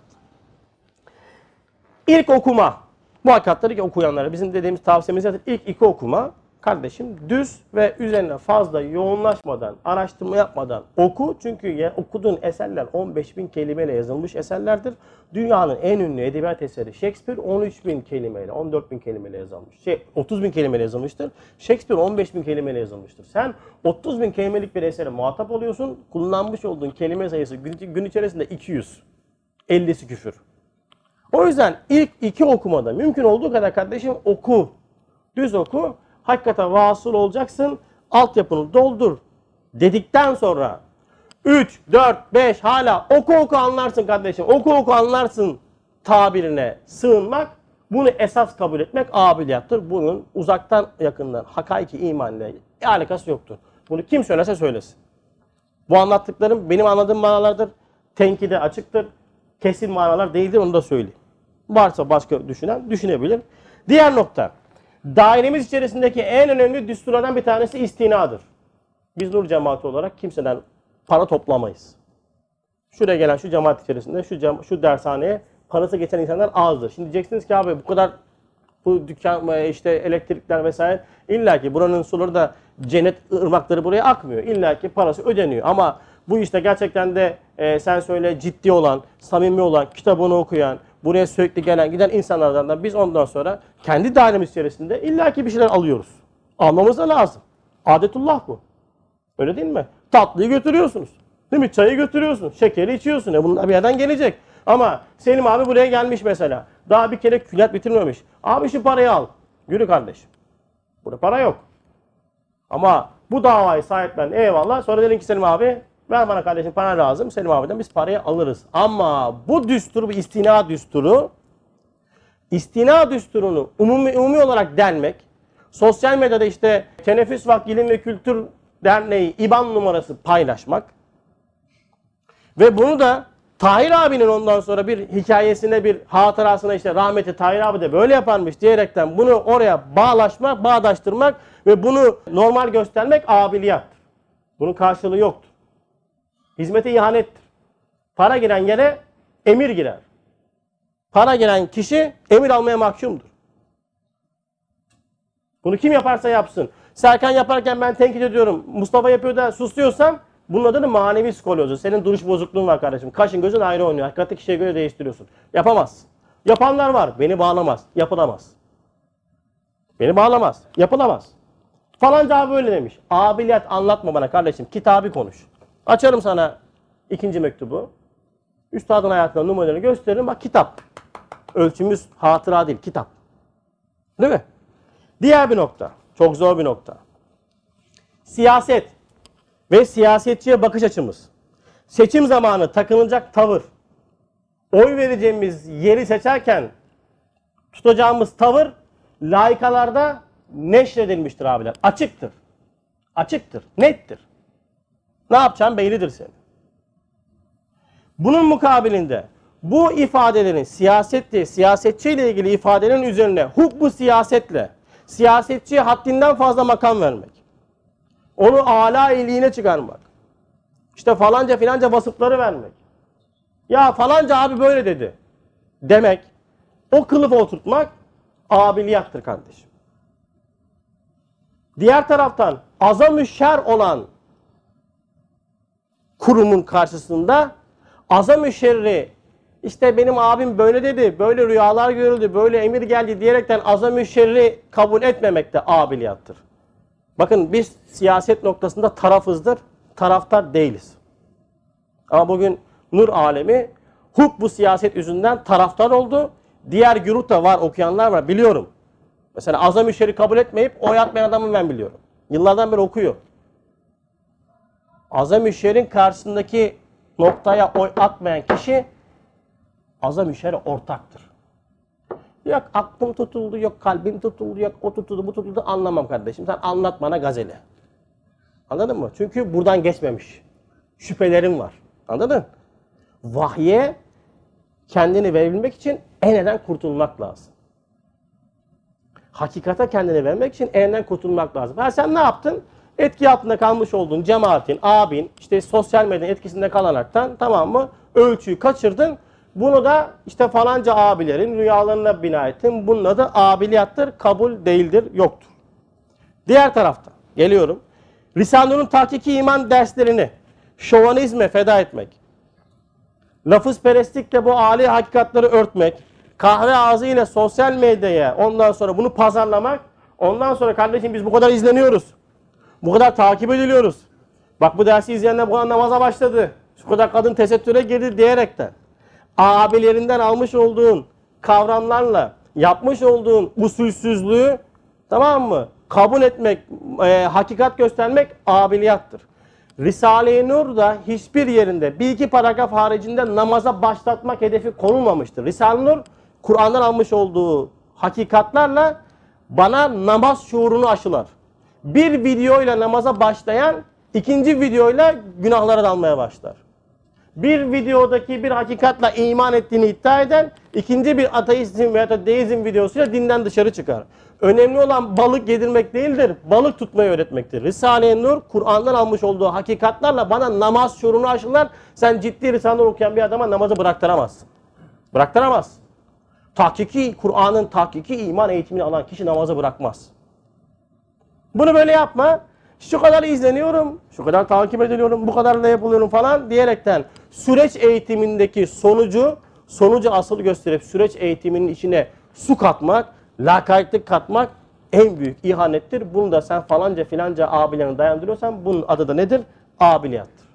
ilk okuma. Bu hakikatleri okuyanlara bizim dediğimiz tavsiyemiz zaten ilk iki okuma. Kardeşim düz ve üzerine fazla yoğunlaşmadan, araştırma yapmadan oku. Çünkü okuduğun eserler 15.000 kelimeyle yazılmış eserlerdir. Dünyanın en ünlü edebiyat eseri Shakespeare 13.000 kelimeyle, 14.000 kelimeyle yazılmış. 30.000 kelimeyle yazılmıştır. Shakespeare 15.000 kelimeyle yazılmıştır. Sen 30.000 kelimelik bir esere muhatap oluyorsun. Kullanmış olduğun kelime sayısı gün içerisinde 200. 50'si küfür. O yüzden ilk iki okumada mümkün olduğu kadar kardeşim oku. Düz oku. Hakikate vasıl olacaksın. Altyapını doldur. Dedikten sonra 3, 4, 5 hala oku anlarsın kardeşim. Oku anlarsın tabirine sığınmak. Bunu esas kabul etmek abiliyattır. Bunun uzaktan yakından hakaiki imanla alakası yoktur. Bunu kim söylerse söylesin. Bu anlattıklarım benim anladığım manalardır. Tenkide açıktır. Kesin manalar değildir onu da söyleyeyim. Varsa başka düşünen düşünebilir. Diğer nokta. Dairemiz içerisindeki en önemli düsturlardan bir tanesi istinadır. Biz Nur cemaati olarak kimseden para toplamayız. Şuraya gelen şu cemaat içerisinde şu dershaneye parası geçen insanlar azdır. Şimdi diyeceksiniz ki abi bu kadar bu dükkan işte elektrikler vesaire illa ki buranın suları da cennet ırmakları buraya akmıyor. İlla ki parası ödeniyor ama bu işte gerçekten de sen söyle ciddi olan, samimi olan, kitabını okuyan, buraya sürekli gelen giden insanlardan da biz ondan sonra kendi dairemiz içerisinde illaki bir şeyler alıyoruz. Almamız da lazım. Adetullah bu. Öyle değil mi? Tatlıyı götürüyorsunuz. Değil mi? Çayı götürüyorsun. Şekeri içiyorsun. Bunlar bir yerden gelecek. Ama Selim abi buraya gelmiş mesela. Daha bir kere külliyat bitirmemiş. Abi şu parayı al. Yürü kardeşim. Burada para yok. Ama bu davayı sahiplen eyvallah. Sonra dedim ki Selim abi ver bana kardeşim para lazım. Selim abiden biz parayı alırız. Ama bu düsturu, bu istina düsturunu umumi olarak delmek, sosyal medyada işte Teneffüs Vakti İlim ve Kültür Derneği IBAN numarası paylaşmak ve bunu da Tahir abinin ondan sonra bir hikayesine, bir hatırasına işte rahmetli Tahir abi de böyle yaparmış diyerekten bunu oraya bağdaştırmak ve bunu normal göstermek abiliyattır. Bunun karşılığı yoktur. Hizmete ihanettir. Para giren yere emir girer. Para giren kişi emir almaya mahkumdur. Bunu kim yaparsa yapsın. Serkan yaparken ben tenkit ediyorum. Mustafa yapıyor da sus diyorsam bunun adı da manevi skolyozu. Senin duruş bozukluğun var kardeşim. Kaşın gözün ayrı oynuyor. Hakikati kişiye göre değiştiriyorsun. Yapamaz. Yapanlar var. Beni bağlamaz. Yapılamaz. Beni bağlamaz. Yapılamaz. Falanca abi böyle demiş. Abiliyat anlatma bana kardeşim. Kitabı konuş. Açarım sana ikinci mektubu. Üstadın hayatından numaralarını gösteririm. Bak kitap. Ölçümüz hatıra değil. Kitap. Değil mi? Diğer bir nokta. Çok zor bir nokta. Siyaset ve siyasetçiye bakış açımız. Seçim zamanı takınılacak tavır. Oy vereceğimiz yeri seçerken tutacağımız tavır laikalarda neşredilmiştir abiler. Açıktır. Açıktır. Nettir. Ne yapacağım bellidir senin. Bunun mukabilinde bu ifadelerin siyasetçiyle ilgili ifadelerin üzerine hubbu siyasetle siyasetçiye haddinden fazla makam vermek. Onu âlâ iliğine çıkarmak. İşte falanca filanca vasıfları vermek. Ya falanca abi böyle dedi demek. O kılıfa oturtmak abiliyattır kardeşim. Diğer taraftan azam-ı şer olan kurumun karşısında azam-ı şerri işte benim abim böyle dedi, böyle rüyalar görüldü, böyle emir geldi diyerekten azam-ı şerri kabul etmemek de abiliyattır. Bakın biz siyaset noktasında tarafızdır, taraftar değiliz. Ama bugün nur alemi bu siyaset yüzünden taraftar oldu. Diğer güruh da var, okuyanlar var biliyorum. Mesela azam-ı şerri kabul etmeyip oy atmayan adamı ben biliyorum. Yıllardan beri okuyor. Azam-ı şerrin karşısındaki noktaya oy atmayan kişi azam-ı şerre ortaktır. Yok aklım tutuldu, yok kalbim tutuldu, yok o tutuldu, bu tutuldu anlamam kardeşim. Sen anlat bana gazeli. Anladın mı? Çünkü buradan geçmemiş. Şüphelerim var. Anladın? Vahye kendini verebilmek için eneden kurtulmak lazım. Hakikate kendini vermek için eneden kurtulmak lazım. Ha sen ne yaptın? Etki altında kalmış olduğun cemaatin, abin, işte sosyal medyanın etkisinde kalaraktan tamam mı? Ölçüyü kaçırdın. Bunu da işte falanca abilerin rüyalarına bina ettin. Bunun adı abiliyattır, kabul değildir, yoktur. Diğer tarafta geliyorum. Risale-i Nur'un tahkiki iman derslerini şovanizme feda etmek, lafızperestlikle bu âli hakikatleri örtmek, kahve ağzıyla sosyal medyaya ondan sonra bunu pazarlamak, ondan sonra kardeşim biz bu kadar izleniyoruz, bu kadar takip ediliyoruz. Bak bu dersi izleyenler bu kadar namaza başladı, şu kadar kadın tesettüre girdi diyerekten abilerinden almış olduğun kavramlarla yapmış olduğun usulsüzlüğü tamam mı? Kabul etmek, hakikat göstermek abiliyattır. Risale-i Nur'da hiçbir yerinde bir iki paragraf haricinde namaza başlatmak hedefi konulmamıştır. Risale-i Nur Kur'an'dan almış olduğu hakikatlerle bana namaz şuurunu aşılar. Bir videoyla namaza başlayan ikinci videoyla günahlara dalmaya başlar. Bir videodaki bir hakikatla iman ettiğini iddia eden ikinci bir ateizm veya da deizm videosuyla dinden dışarı çıkar. Önemli olan balık yedirmek değildir, balık tutmayı öğretmektir. Risale-i Nur, Kur'an'dan almış olduğu hakikatlerle bana namaz şuurunu aşılar. Sen ciddi Risale-i Nur okuyan bir adama namazı bıraktıramazsın. Bıraktıramaz. Kur'an'ın tahkiki iman eğitimini alan kişi namazı bırakmaz. Bunu böyle yapma. Şu kadar izleniyorum, şu kadar takip ediliyorum, bu kadar da yapılıyorum falan diyerekten süreç eğitimindeki sonucu asıl gösterip süreç eğitiminin içine su katmak, lakaytlık katmak en büyük ihanettir. Bunu da sen falanca filanca abilerine dayandırıyorsan bunun adı da nedir? Abiliyattır.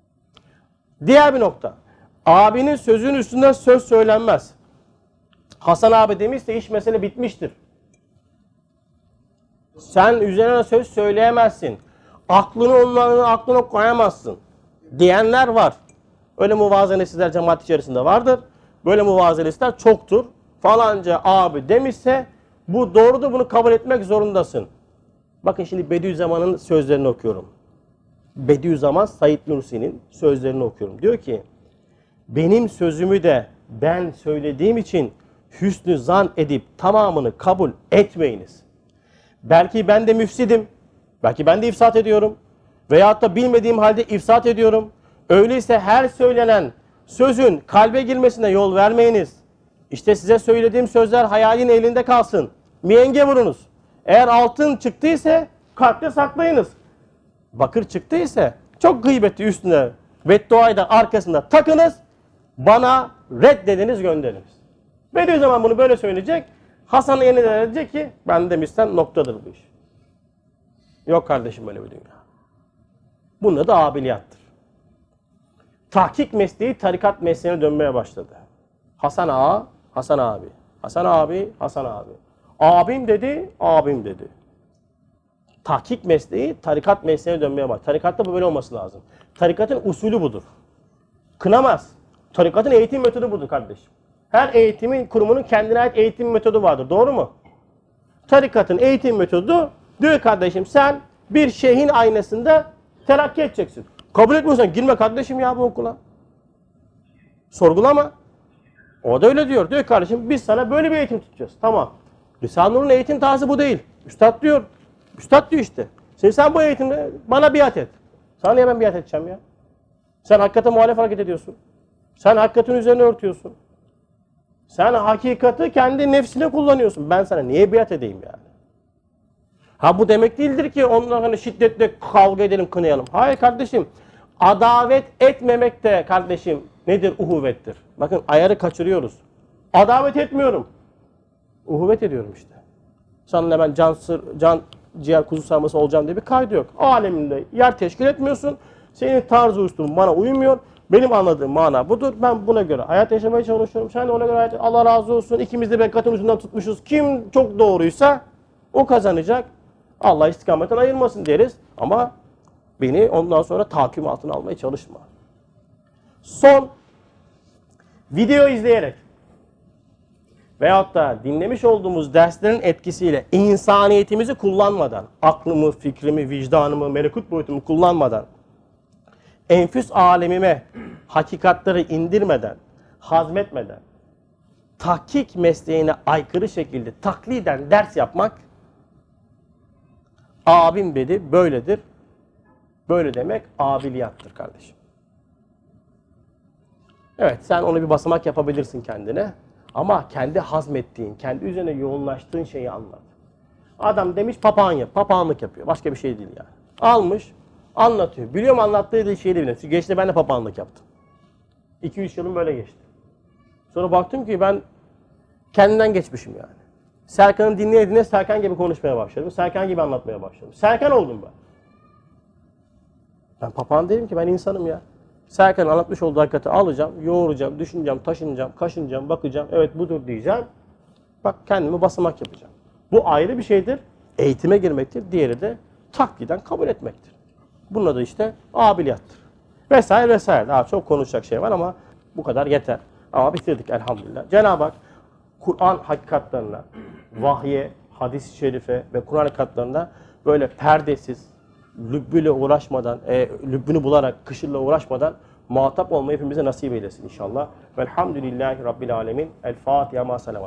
Diğer bir nokta. Abinin sözünün üstünden söz söylenmez. Hasan abi demişse iş mesele bitmiştir. Sen üzerine söz söyleyemezsin. Aklını onların aklına koyamazsın diyenler var. Öyle muvazenesizler cemaat içerisinde vardır. Böyle muvazenesizler çoktur. Falanca abi demişse bu doğrudur, bunu kabul etmek zorundasın. Bakın şimdi Bediüzzaman'ın sözlerini okuyorum. Bediüzzaman Said Nursi'nin sözlerini okuyorum. Diyor ki, benim sözümü de ben söylediğim için hüsnü zan edip tamamını kabul etmeyiniz. Belki ben de müfsidim. Belki ben de ifsat ediyorum. Veyahut da bilmediğim halde ifsat ediyorum. Öyleyse her söylenen sözün kalbe girmesine yol vermeyiniz. İşte size söylediğim sözler hayalin elinde kalsın. Miyenge vurunuz. Eğer altın çıktıysa kalpte saklayınız. Bakır çıktıysa çok gıybeti üstüne bedduayı da arkasında takınız. Bana reddediniz, gönderiniz. Bediüzzaman bunu böyle söyleyecek. Hasan yeniden diyecek ki ben demişsen noktadır bu iş. Yok kardeşim böyle bir dünya. Bunun adı abiliyattır. Tahkik mesleği tarikat mesleğine dönmeye başladı. Hasan ağa, Hasan abi. Hasan abi, Hasan abi. Abim dedi, abim dedi. Tahkik mesleği tarikat mesleğine dönmeye başladı. Tarikatta bu böyle olması lazım. Tarikatın usulü budur. Kınamaz. Tarikatın eğitim metodu budur kardeşim. Her eğitimin kurumunun kendine ait eğitim metodu vardır. Doğru mu? Tarikatın eğitim metodu diyor kardeşim sen bir şeyhin aynasında terakki edeceksin. Kabul etmiyorsan girme kardeşim ya bu okula. Sorgulama. O da öyle diyor. Diyor kardeşim biz sana böyle bir eğitim tutacağız. Tamam. Risale-i Nur'un eğitim tarzı bu değil. Üstad diyor. Üstad diyor işte. Şimdi sen bu eğitimde bana biat et. Sana niye ben biat edeceğim ya? Sen hakikate muhalef hareket ediyorsun. Sen hakikatin üzerine örtüyorsun. Sen hakikati kendi nefsine kullanıyorsun. Ben sana niye biat edeyim yani? Ha bu demek değildir ki onlarla hani şiddetle kavga edelim, kınayalım. Hayır kardeşim. Adavet etmemek de kardeşim nedir? Uhuvvettir. Bakın ayarı kaçırıyoruz. Adavet etmiyorum. Uhuvvet ediyorum işte. Sana ben can ciğer kuzu sarması olacağım diye bir kaydı yok. Aleminde yer teşkil etmiyorsun. Senin tarzı üslubun bana uymuyor. Benim anladığım mana budur. Ben buna göre hayat yaşamaya çalışıyorum. Sen de ona göre hayat... Allah razı olsun. İkimiz de bekatın ucundan tutmuşuz. Kim çok doğruysa o kazanacak. Allah istikametten ayırmasın deriz. Ama beni ondan sonra tahakküm altına almaya çalışma. Son video izleyerek veyahut da dinlemiş olduğumuz derslerin etkisiyle insaniyetimizi kullanmadan, aklımı, fikrimi, vicdanımı, melekut boyutumu kullanmadan, enfüs alemime hakikatleri indirmeden, hazmetmeden, tahkik mesleğine aykırı şekilde takliden ders yapmak, abim dedi böyledir. Böyle demek abiliyattır kardeşim. Evet sen onu bir basamak yapabilirsin kendine. Ama kendi hazmettiğin, kendi üzerine yoğunlaştığın şeyi anlat. Adam demiş papağan yap. Papağanlık yapıyor. Başka bir şey değil yani. Almış, anlatıyor. Biliyorum anlattığı şeyi de bilmiyorum. Geçti ben de papağanlık yaptım. 2-3 yılım böyle geçti. Sonra baktım ki ben kendimden geçmişim yani. Serkan'ı dinleye Serkan gibi konuşmaya başladım. Serkan gibi anlatmaya başladım. Serkan oldum ben. Ben papağan değilim ki, ben insanım ya. Serkan'ın anlatmış olduğu hakikati alacağım, yoğuracağım, düşüneceğim, taşınacağım, kaşınacağım, bakacağım. Evet budur diyeceğim. Bak kendime basamak yapacağım. Bu ayrı bir şeydir. Eğitime girmektir. Diğeri de takliden kabul etmektir. Bunun adı işte abiliyattır. Vesaire vesaire. Daha çok konuşacak şey var ama bu kadar yeter. Ama bitirdik elhamdülillah. Cenab-ı Hak Kur'an hakikatlarına, vahye, hadis-i şerife ve Kur'an hakikatlarına böyle perdesiz, lübbüyle uğraşmadan, lübbünü bularak, kışırla uğraşmadan muhatap olmayı hepimize nasip eylesin inşallah. Velhamdülillahi Rabbil Alemin. El Fatiha ma selavat.